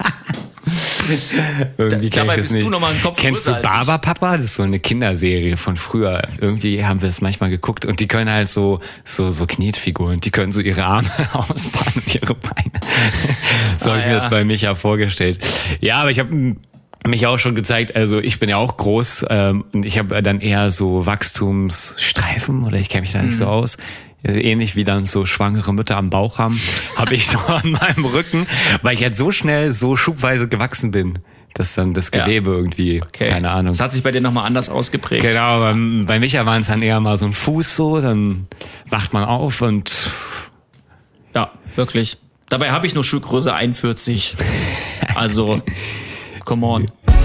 Irgendwie dabei bist du nochmal einen Kopf Kennst du Barberpapa? Das ist so eine Kinderserie von früher. Irgendwie haben wir es manchmal geguckt und die können halt so Knetfiguren, die können so ihre Arme ausbauen und ihre Beine. So habe ich mir das bei Micha vorgestellt. Ja, aber ich habe mich auch schon gezeigt, also ich bin ja auch groß und ich habe dann eher so Wachstumsstreifen oder ich kenne mich da nicht so aus. Ähnlich wie dann so schwangere Mütter am Bauch haben, habe ich so an meinem Rücken, weil ich halt so schnell, so schubweise gewachsen bin, dass dann das Gewebe irgendwie, keine Ahnung. Das hat sich bei dir nochmal anders ausgeprägt. Genau, bei Micha waren es dann eher mal so ein Fuß so, dann wacht man auf und Wirklich. Dabei habe ich nur Schuhgröße 41. Also, come on.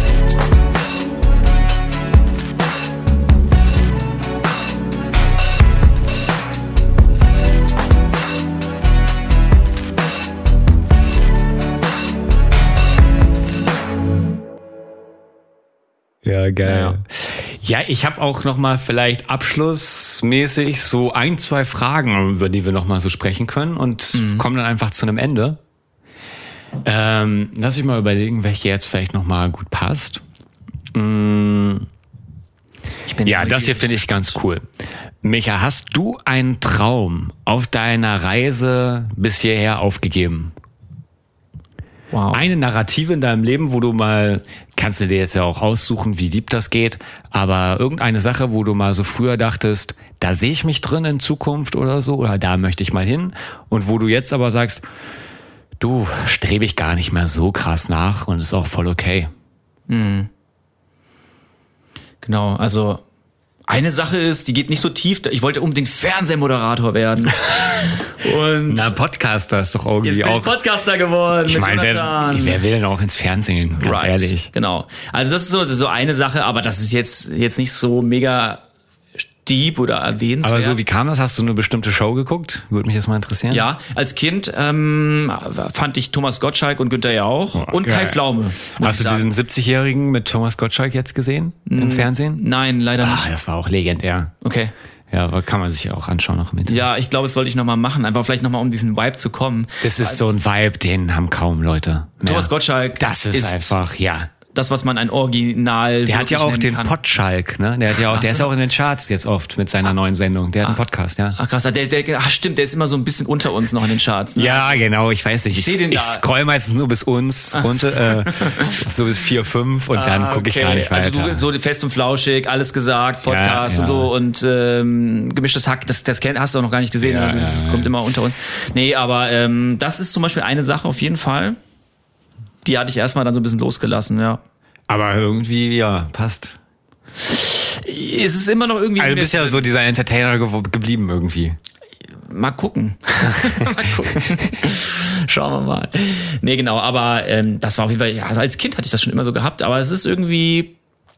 Ja, geil. Ja, ich habe auch noch mal vielleicht abschlussmäßig so 1, 2 Fragen, über die wir noch mal so sprechen können und kommen dann einfach zu einem Ende. Lass ich mal überlegen, welche jetzt vielleicht noch mal gut passt. Das hier finde ich ganz cool. Micha, hast du einen Traum auf deiner Reise bis hierher aufgegeben? Wow. Eine Narrative in deinem Leben, wo du mal, kannst du dir jetzt ja auch aussuchen, wie deep das geht, aber irgendeine Sache, wo du mal so früher dachtest, da sehe ich mich drin in Zukunft oder so, oder da möchte ich mal hin, und wo du jetzt aber sagst, du, strebe ich gar nicht mehr so krass nach und ist auch voll okay. Genau, also eine Sache ist, die geht nicht so tief, ich wollte unbedingt Fernsehmoderator werden. Und Podcaster ist doch irgendwie auch. Jetzt bin ich Podcaster geworden. Ich meine, wer will denn auch ins Fernsehen, ganz ehrlich. Genau. Also das ist so eine Sache, aber das ist jetzt nicht so mega deep oder erwähnenswert. Aber so, wie kam das? Hast du eine bestimmte Show geguckt? Würde mich das mal interessieren. Ja, als Kind fand ich Thomas Gottschalk und Günther Jauch und geil. Kai Pflaume. Hast du diesen 70-Jährigen mit Thomas Gottschalk jetzt gesehen im Fernsehen? Nein, leider nicht. Das war auch legendär. Okay. Ja, aber kann man sich ja auch anschauen noch im Internet. Ja, ich glaube, das sollte ich nochmal machen. Einfach vielleicht nochmal, um diesen Vibe zu kommen. Das ist so ein Vibe, den haben kaum Leute mehr. Thomas Gottschalk. Das ist einfach, ja. Das, was man ein Original. Der hat ja auch den Potschalk, ne? Der ist ja auch in den Charts jetzt oft mit seiner neuen Sendung. Der hat einen Podcast, ja. Ach krass, stimmt, der ist immer so ein bisschen unter uns noch in den Charts. Ne? Ja, genau, ich weiß nicht. Ich scroll meistens nur bis uns runter, so bis 4, 5 und dann gucke ich gar nicht weiter. Also so fest und flauschig, alles gesagt, Podcast und so und gemischtes Hack, das hast du auch noch gar nicht gesehen, also das kommt immer unter uns. Nee, aber das ist zum Beispiel eine Sache auf jeden Fall. Die hatte ich erstmal dann so ein bisschen losgelassen, ja. Aber irgendwie, ja, passt. Es ist immer noch irgendwie... Also du bist ja so dieser Entertainer geblieben irgendwie. Mal gucken. Schauen wir mal. Nee, genau, aber das war auf jeden Fall... Ja, also als Kind hatte ich das schon immer so gehabt, aber es ist irgendwie...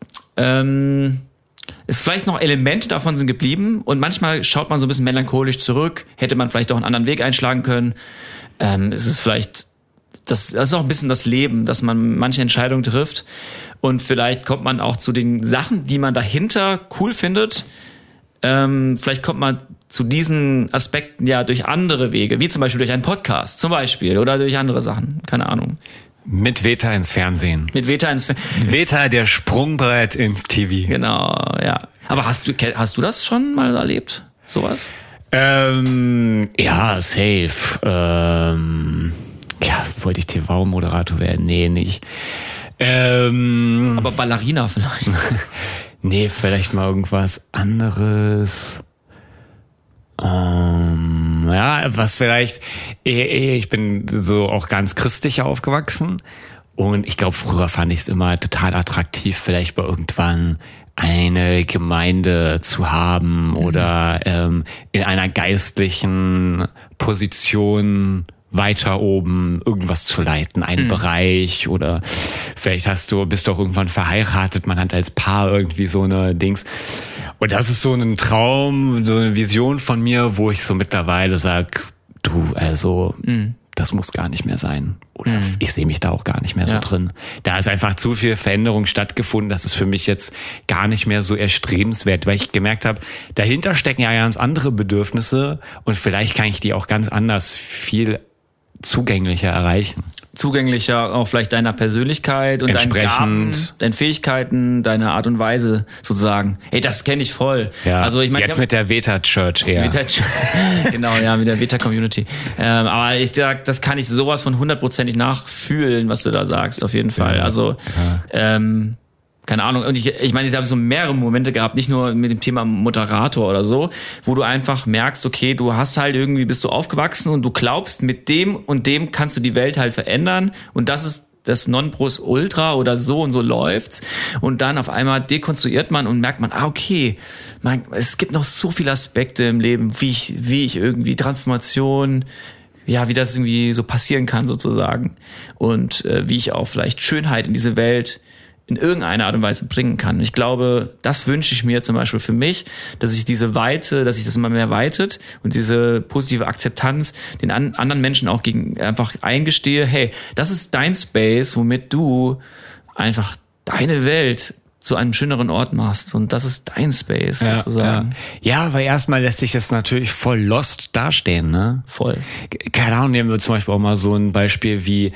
ist vielleicht noch Elemente davon sind geblieben und manchmal schaut man so ein bisschen melancholisch zurück, hätte man vielleicht auch einen anderen Weg einschlagen können. Es ist vielleicht... Das ist auch ein bisschen das Leben, dass man manche Entscheidungen trifft und vielleicht kommt man auch zu den Sachen, die man dahinter cool findet. Vielleicht kommt man zu diesen Aspekten ja durch andere Wege, wie zum Beispiel durch einen Podcast zum Beispiel oder durch andere Sachen, keine Ahnung. Mit Veta ins Fernsehen. Veta, der Sprungbrett ins TV. Genau, ja. Aber hast du das schon mal erlebt, sowas? Ja, safe. Ja, wollte ich TV-Moderator werden? Nee, nicht. Aber Ballerina vielleicht? Nee, vielleicht mal irgendwas anderes. Ja, was vielleicht... Ich bin so auch ganz christlich aufgewachsen und ich glaube, früher fand ich es immer total attraktiv, vielleicht mal irgendwann eine Gemeinde zu haben oder in einer geistlichen Position weiter oben irgendwas zu leiten, einen Bereich oder vielleicht bist du auch irgendwann verheiratet, man hat als Paar irgendwie so eine Dings. Und das ist so ein Traum, so eine Vision von mir, wo ich so mittlerweile sag, das muss gar nicht mehr sein. Oder ich sehe mich da auch gar nicht mehr so drin. Da ist einfach zu viel Veränderung stattgefunden, das ist für mich jetzt gar nicht mehr so erstrebenswert, weil ich gemerkt habe, dahinter stecken ja ganz andere Bedürfnisse und vielleicht kann ich die auch ganz anders viel zugänglicher erreichen. Zugänglicher auch vielleicht deiner Persönlichkeit und deinen Gaben, deinen Fähigkeiten, deiner Art und Weise sozusagen. Ey, das kenne ich voll. Ja, also ich meine jetzt mit der Veta Church eher. Genau, ja, mit der Veta Community. Aber ich sag, das kann ich sowas von 100%ig nachfühlen, was du da sagst, auf jeden Fall. Also keine Ahnung. Und ich meine, ich habe so mehrere Momente gehabt, nicht nur mit dem Thema Moderator oder so, wo du einfach merkst, okay, du hast halt irgendwie, bist du aufgewachsen und du glaubst, mit dem und dem kannst du die Welt halt verändern und das ist das Nonplusultra oder so und so läuft's und dann auf einmal dekonstruiert man und merkt man, okay, es gibt noch so viele Aspekte im Leben, wie ich irgendwie Transformation, wie das irgendwie so passieren kann sozusagen und wie ich auch vielleicht Schönheit in diese Welt in irgendeiner Art und Weise bringen kann. Und ich glaube, das wünsche ich mir zum Beispiel für mich, dass ich diese Weite, dass sich das immer mehr weitet und diese positive Akzeptanz den anderen Menschen auch einfach eingestehe, hey, das ist dein Space, womit du einfach deine Welt zu einem schöneren Ort machst. Und das ist dein Space, sozusagen. Ja, weil erstmal lässt sich das natürlich voll lost dastehen, ne? Voll. Keine Ahnung, nehmen wir zum Beispiel auch mal so ein Beispiel wie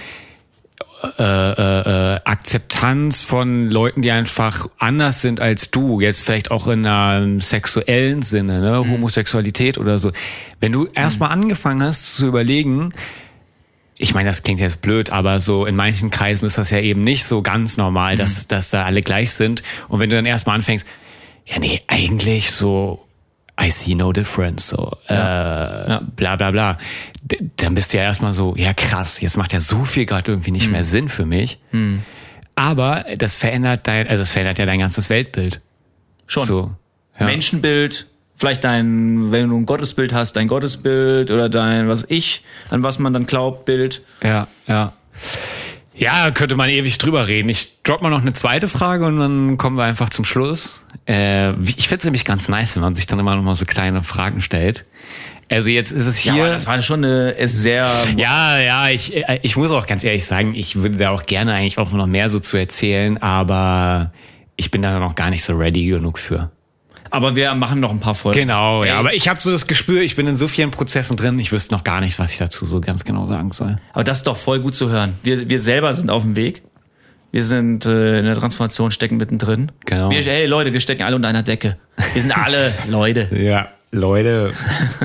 Akzeptanz von Leuten, die einfach anders sind als du, jetzt vielleicht auch in einem sexuellen Sinne, ne, Homosexualität oder so. Wenn du erstmal angefangen hast zu überlegen, ich meine, das klingt jetzt blöd, aber so in manchen Kreisen ist das ja eben nicht so ganz normal, dass da alle gleich sind. Und wenn du dann erstmal anfängst, ja nee, eigentlich so I see no difference, so bla bla bla, dann bist du ja erstmal so, ja krass, jetzt macht ja so viel gerade irgendwie nicht mehr Sinn für mich. Aber das verändert ja dein ganzes Weltbild. Schon. So, ja. Menschenbild, vielleicht wenn du ein Gottesbild hast, dein Gottesbild oder dein, an was man dann glaubt, Bild. Ja. Ja, könnte man ewig drüber reden. Ich drop mal noch eine zweite Frage und dann kommen wir einfach zum Schluss. Ich finde es nämlich ganz nice, wenn man sich dann immer noch mal so kleine Fragen stellt. Also jetzt ist es hier... Ja, aber das war schon sehr... Ja, ich muss auch ganz ehrlich sagen, ich würde da auch gerne eigentlich auch noch mehr so zu erzählen, aber ich bin da noch gar nicht so ready genug für. Aber wir machen noch ein paar Folgen. Genau, ja. Aber ich habe so das Gespür, ich bin in so vielen Prozessen drin, ich wüsste noch gar nichts, was ich dazu so ganz genau sagen soll. Aber das ist doch voll gut zu hören. Wir selber sind auf dem Weg. Wir sind in der Transformation, stecken mittendrin. Genau. Hey Leute, wir stecken alle unter einer Decke. Wir sind alle Leute. Ja, Leute.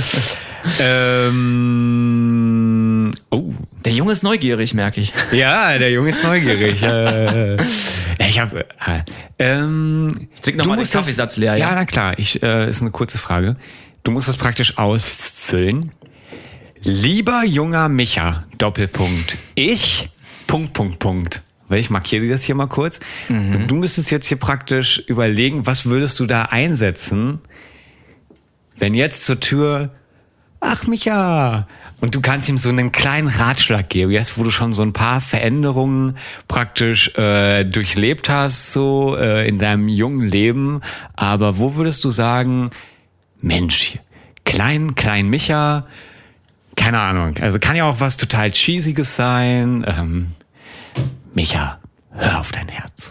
Der Junge ist neugierig, merke ich. Ja, der Junge ist neugierig. Ich trinke nochmal den Kaffeesatz leer. Ja, na klar. Ist eine kurze Frage. Du musst das praktisch ausfüllen. Lieber junger Micha, Doppelpunkt. Ich, ... Weil ich markiere dir das hier mal kurz. Du müsstest jetzt hier praktisch überlegen, was würdest du da einsetzen, wenn jetzt zur Tür, ach Micha, und du kannst ihm so einen kleinen Ratschlag geben, jetzt wo du schon so ein paar Veränderungen praktisch durchlebt hast, so in deinem jungen Leben. Aber wo würdest du sagen, Mensch, klein Micha, keine Ahnung, also kann ja auch was total Cheesiges sein. Micha, hör auf dein Herz.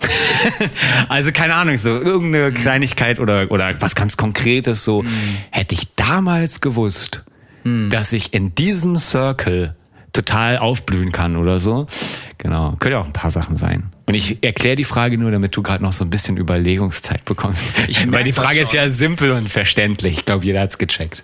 Also keine Ahnung, so irgendeine Kleinigkeit oder was ganz Konkretes, so hätte ich damals gewusst, dass ich in diesem Circle total aufblühen kann oder so. Genau, könnte auch ein paar Sachen sein. Und ich erkläre die Frage nur, damit du gerade noch so ein bisschen Überlegungszeit bekommst. Weil die Frage ist ja simpel und verständlich. Ich glaube, jeder hat's gecheckt.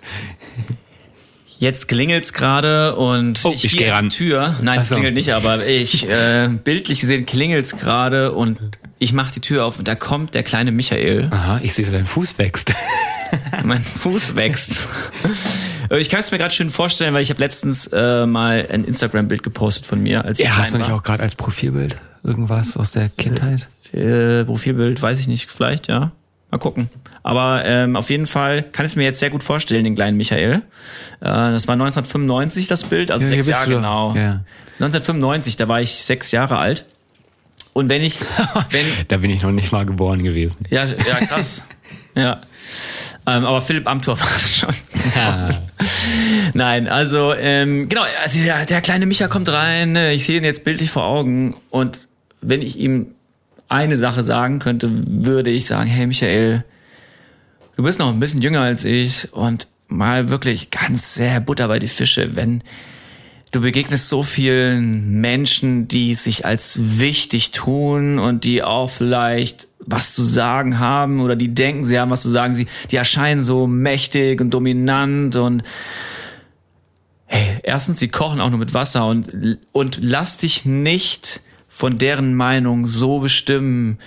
Jetzt klingelt's gerade und ich gehe an ran. die Tür. Nein, es klingelt nicht, aber bildlich gesehen klingelt's gerade und ich mache die Tür auf und da kommt der kleine Michael. Aha, ich sehe, dein Fuß wächst. Mein Fuß wächst. Ich kann es mir gerade schön vorstellen, weil ich habe letztens mal ein Instagram-Bild gepostet von mir. Als ich hast du klein nicht war. auch gerade als Profilbild irgendwas aus der Kindheit? Profilbild, weiß ich nicht, vielleicht, ja. Mal gucken. Aber auf jeden Fall kann ich es mir jetzt sehr gut vorstellen, den kleinen Michael. Das war 1995 das Bild, also 6 Jahre genau. Ja. 1995, da war ich 6 Jahre alt. Und da bin ich noch nicht mal geboren gewesen. Ja, krass. Ja. Aber Philipp Amthor war das schon. Ja. Nein, also genau, also der kleine Micha kommt rein, ich sehe ihn jetzt bildlich vor Augen und wenn ich ihm eine Sache sagen könnte, würde ich sagen, hey Michael, du bist noch ein bisschen jünger als ich und mal wirklich ganz sehr Butter bei die Fische, wenn du begegnest so vielen Menschen, die sich als wichtig tun und die auch vielleicht was zu sagen haben oder die denken, sie haben was zu sagen, die erscheinen so mächtig und dominant und hey, erstens, sie kochen auch nur mit Wasser und lass dich nicht von deren Meinung so bestimmen.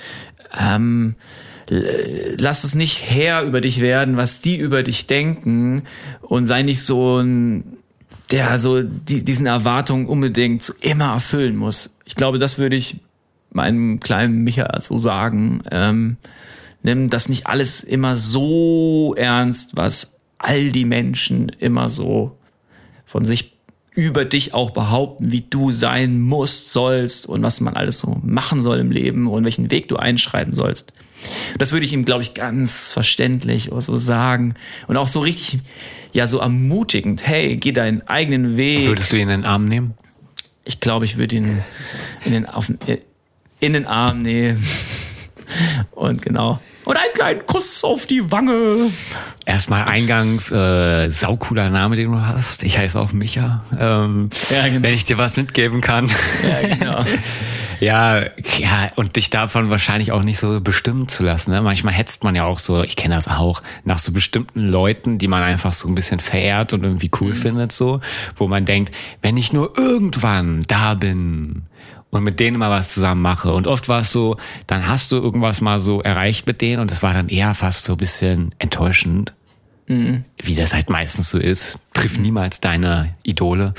Lass es nicht Herr über dich werden, was die über dich denken und sei nicht so der so diesen Erwartungen unbedingt so immer erfüllen muss. Ich glaube, das würde ich meinem kleinen Micha so sagen. Nimm das nicht alles immer so ernst, was all die Menschen immer so von sich über dich auch behaupten, wie du sein musst, sollst und was man alles so machen soll im Leben und welchen Weg du einschreiten sollst. Das würde ich ihm, glaube ich, ganz verständlich auch so sagen und auch so richtig, ja, so ermutigend. Hey, geh deinen eigenen Weg. Würdest du ihn in den Arm nehmen? Ich glaube, ich würde ihn in den Arm nehmen. Und genau. Und einen kleinen Kuss auf die Wange. Erstmal eingangs, saucooler Name, den du hast. Ich heiße auch Micha. Genau. Wenn ich dir was mitgeben kann. Ja, genau. Ja, und dich davon wahrscheinlich auch nicht so bestimmen zu lassen. Ne? Manchmal hetzt man ja auch so, ich kenne das auch, nach so bestimmten Leuten, die man einfach so ein bisschen verehrt und irgendwie cool findet, so, wo man denkt, wenn ich nur irgendwann da bin und mit denen mal was zusammen mache. Und oft war es so, dann hast du irgendwas mal so erreicht mit denen und es war dann eher fast so ein bisschen enttäuschend. Wie das halt meistens so ist. Triff niemals deine Idole.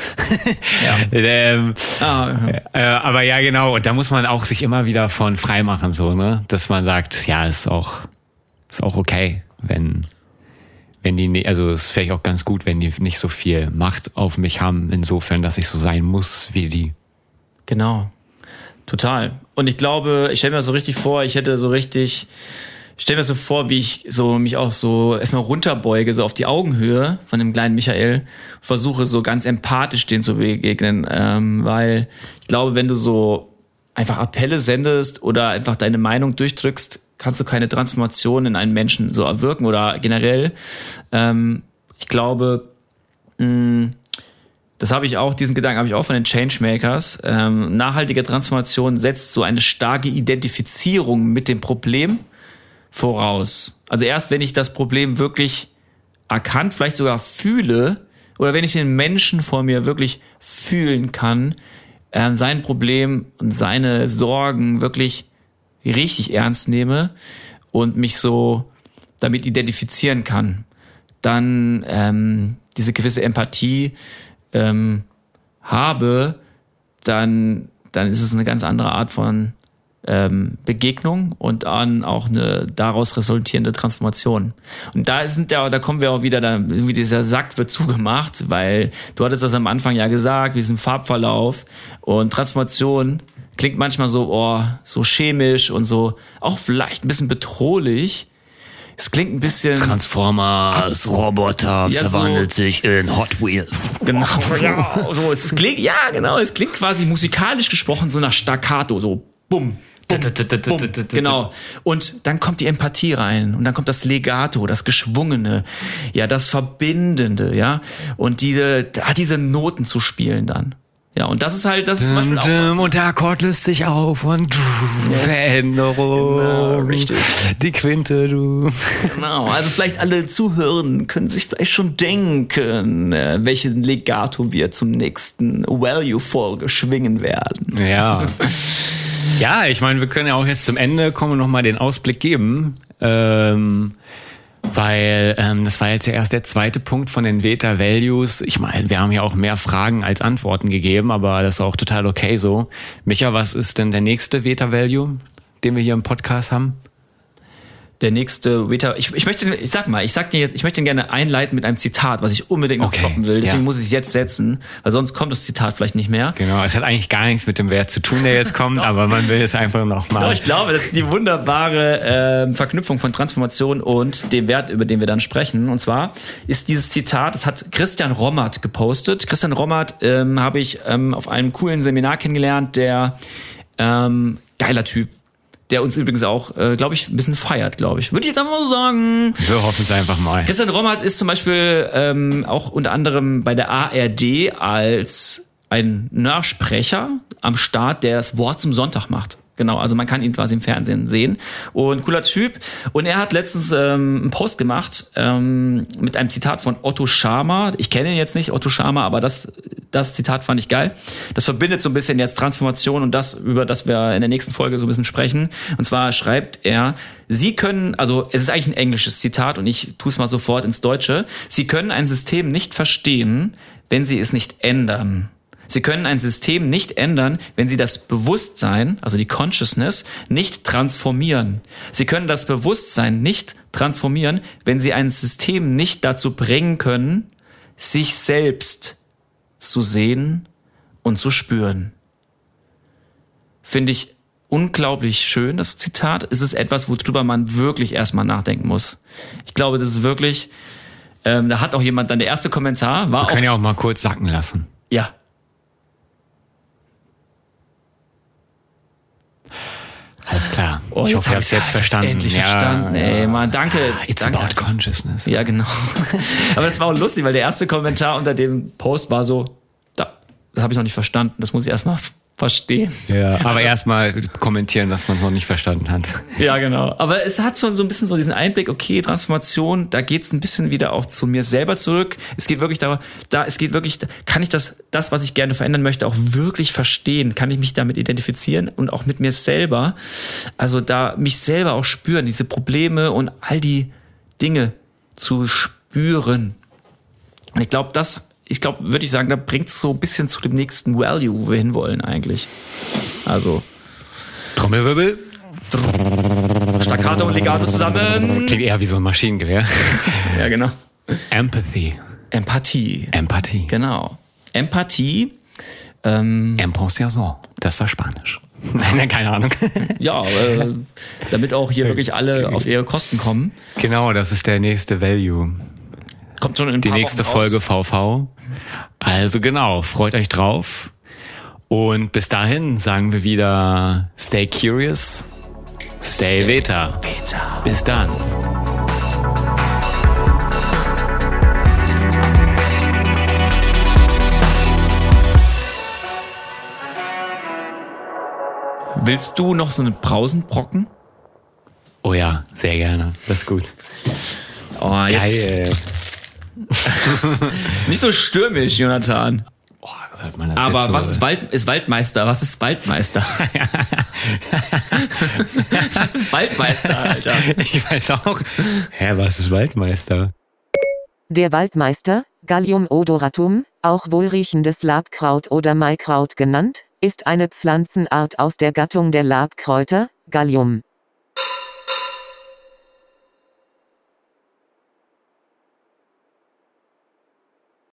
Ja. Aber ja, genau. Und da muss man auch sich immer wieder von frei machen, so, ne? Dass man sagt, ja, ist auch okay, wenn die, also es ist vielleicht auch ganz gut, wenn die nicht so viel Macht auf mich haben, insofern, dass ich so sein muss wie die. Genau. Total. Und ich glaube, ich stelle mir so richtig vor, stell mir so vor, wie ich so mich auch so erstmal runterbeuge, so auf die Augenhöhe von dem kleinen Michael, versuche so ganz empathisch denen zu begegnen, weil ich glaube, wenn du so einfach Appelle sendest oder einfach deine Meinung durchdrückst, kannst du keine Transformation in einen Menschen so erwirken oder generell. Ich glaube, diesen Gedanken habe ich auch von den Changemakers. Nachhaltige Transformation setzt so eine starke Identifizierung mit dem Problem voraus. Also erst wenn ich das Problem wirklich erkannt, vielleicht sogar fühle, oder wenn ich den Menschen vor mir wirklich fühlen kann, sein Problem und seine Sorgen wirklich richtig ernst nehme und mich so damit identifizieren kann, dann diese gewisse Empathie habe, dann ist es eine ganz andere Art von Begegnung und dann auch eine daraus resultierende Transformation. Und da kommen wir auch wieder, wie dieser Sack wird zugemacht, weil du hattest das am Anfang ja gesagt, wie diesen Farbverlauf und Transformation klingt manchmal so, so chemisch und so auch vielleicht ein bisschen bedrohlich. Es klingt ein bisschen... Transformers, Roboter, verwandelt sich in Hot Wheels. Genau, ja, so, es klingt quasi musikalisch gesprochen so nach Staccato, so bumm. Genau. Und dann kommt die Empathie rein und dann kommt das Legato, das Geschwungene, ja, das Verbindende, ja, und diese Noten zu spielen dann. Ja, und das ist zum Beispiel auch und der Akkord löst sich auf und Veränderung. Genau, richtig. Die Quinte, du. Genau, also vielleicht alle Zuhörenden können sich vielleicht schon denken, welchen Legato wir zum nächsten Value-Folge schwingen werden. Ja. Ja, ich meine, wir können ja auch jetzt zum Ende kommen und nochmal den Ausblick geben, weil das war jetzt ja erst der zweite Punkt von den Veta Values. Ich meine, wir haben ja auch mehr Fragen als Antworten gegeben, aber das ist auch total okay so. Micha, was ist denn der nächste Veta Value, den wir hier im Podcast haben? Der nächste Veta, ich möchte den gerne einleiten mit einem Zitat, was ich unbedingt noch droppen will. Deswegen muss ich es jetzt setzen, weil sonst kommt das Zitat vielleicht nicht mehr. Genau, es hat eigentlich gar nichts mit dem Wert zu tun, der jetzt kommt, aber man will es einfach nochmal. Doch, ich glaube, das ist die wunderbare Verknüpfung von Transformation und dem Wert, über den wir dann sprechen. Und zwar ist dieses Zitat, das hat Christian Rommert gepostet. Christian Rommert habe ich auf einem coolen Seminar kennengelernt, der geiler Typ. Der uns übrigens auch, glaube ich, ein bisschen feiert, glaube ich. Würde ich jetzt einfach mal so sagen. Wir hoffen es einfach mal. Christian Rommert ist zum Beispiel auch unter anderem bei der ARD als ein Nachsprecher am Start, der das Wort zum Sonntag macht. Genau, also man kann ihn quasi im Fernsehen sehen. Und cooler Typ. Und er hat letztens einen Post gemacht mit einem Zitat von Otto Scharmer. Ich kenne ihn jetzt nicht, Otto Scharmer, aber das Zitat fand ich geil. Das verbindet so ein bisschen jetzt Transformation und das, über das wir in der nächsten Folge so ein bisschen sprechen. Und zwar schreibt er, Sie können, also es ist eigentlich ein englisches Zitat und ich tue es mal sofort ins Deutsche. Sie können ein System nicht verstehen, wenn Sie es nicht ändern. Sie können ein System nicht ändern, wenn Sie das Bewusstsein, also die Consciousness, nicht transformieren. Sie können das Bewusstsein nicht transformieren, wenn Sie ein System nicht dazu bringen können, sich selbst zu sehen und zu spüren. Finde ich unglaublich schön, das Zitat. Es ist etwas, worüber man wirklich erstmal nachdenken muss. Ich glaube, das ist wirklich, da hat auch jemand dann, der erste Kommentar war Wir können ja auch mal kurz sacken lassen. Ja. Alles klar. Oh, ich hoffe, ihr habt es jetzt verstanden. Endlich verstanden. Ey, Mann, danke. It's danke. about consciousness. Ja, genau. Aber das war auch lustig, weil der erste Kommentar unter dem Post war so, das habe ich noch nicht verstanden, das muss ich erstmal verstehen. Ja, aber erstmal kommentieren, dass man es noch nicht verstanden hat. Ja, genau. Aber es hat schon so ein bisschen so diesen Einblick, okay, Transformation, da geht es ein bisschen wieder auch zu mir selber zurück. Es geht wirklich kann ich das, was ich gerne verändern möchte, auch wirklich verstehen? Kann ich mich damit identifizieren und auch mit mir selber? Also da mich selber auch spüren, diese Probleme und all die Dinge zu spüren. Und ich glaube, würde ich sagen, da bringt es so ein bisschen zu dem nächsten Value, wo wir hinwollen eigentlich. Also Trommelwirbel. Staccato und Legato zusammen. Klingt eher wie so ein Maschinengewehr. Ja, genau. Empathie. Empathie. Genau. Empathie. Impensation. Das war Spanisch. Nein, keine Ahnung. Ja, damit auch hier wirklich alle auf ihre Kosten kommen. Genau, das ist der nächste Value. Kommt schon in ein Die paar nächste Wochen Folge raus. VV. Also genau, freut euch drauf. Und bis dahin sagen wir wieder stay curious, stay Veta. Bis dann. Willst du noch so einen Brausenbrocken? Oh ja, sehr gerne. Das ist gut. Oh, jetzt Geil. nicht so stürmisch, Jonathan. Oh, hört man das Aber jetzt so? was ist Waldmeister? Was ist Waldmeister? Was ist Waldmeister, Alter? Ich weiß auch. Hä, was ist Waldmeister? Der Waldmeister, Gallium odoratum, auch wohlriechendes Labkraut oder Maikraut genannt, ist eine Pflanzenart aus der Gattung der Labkräuter, Gallium.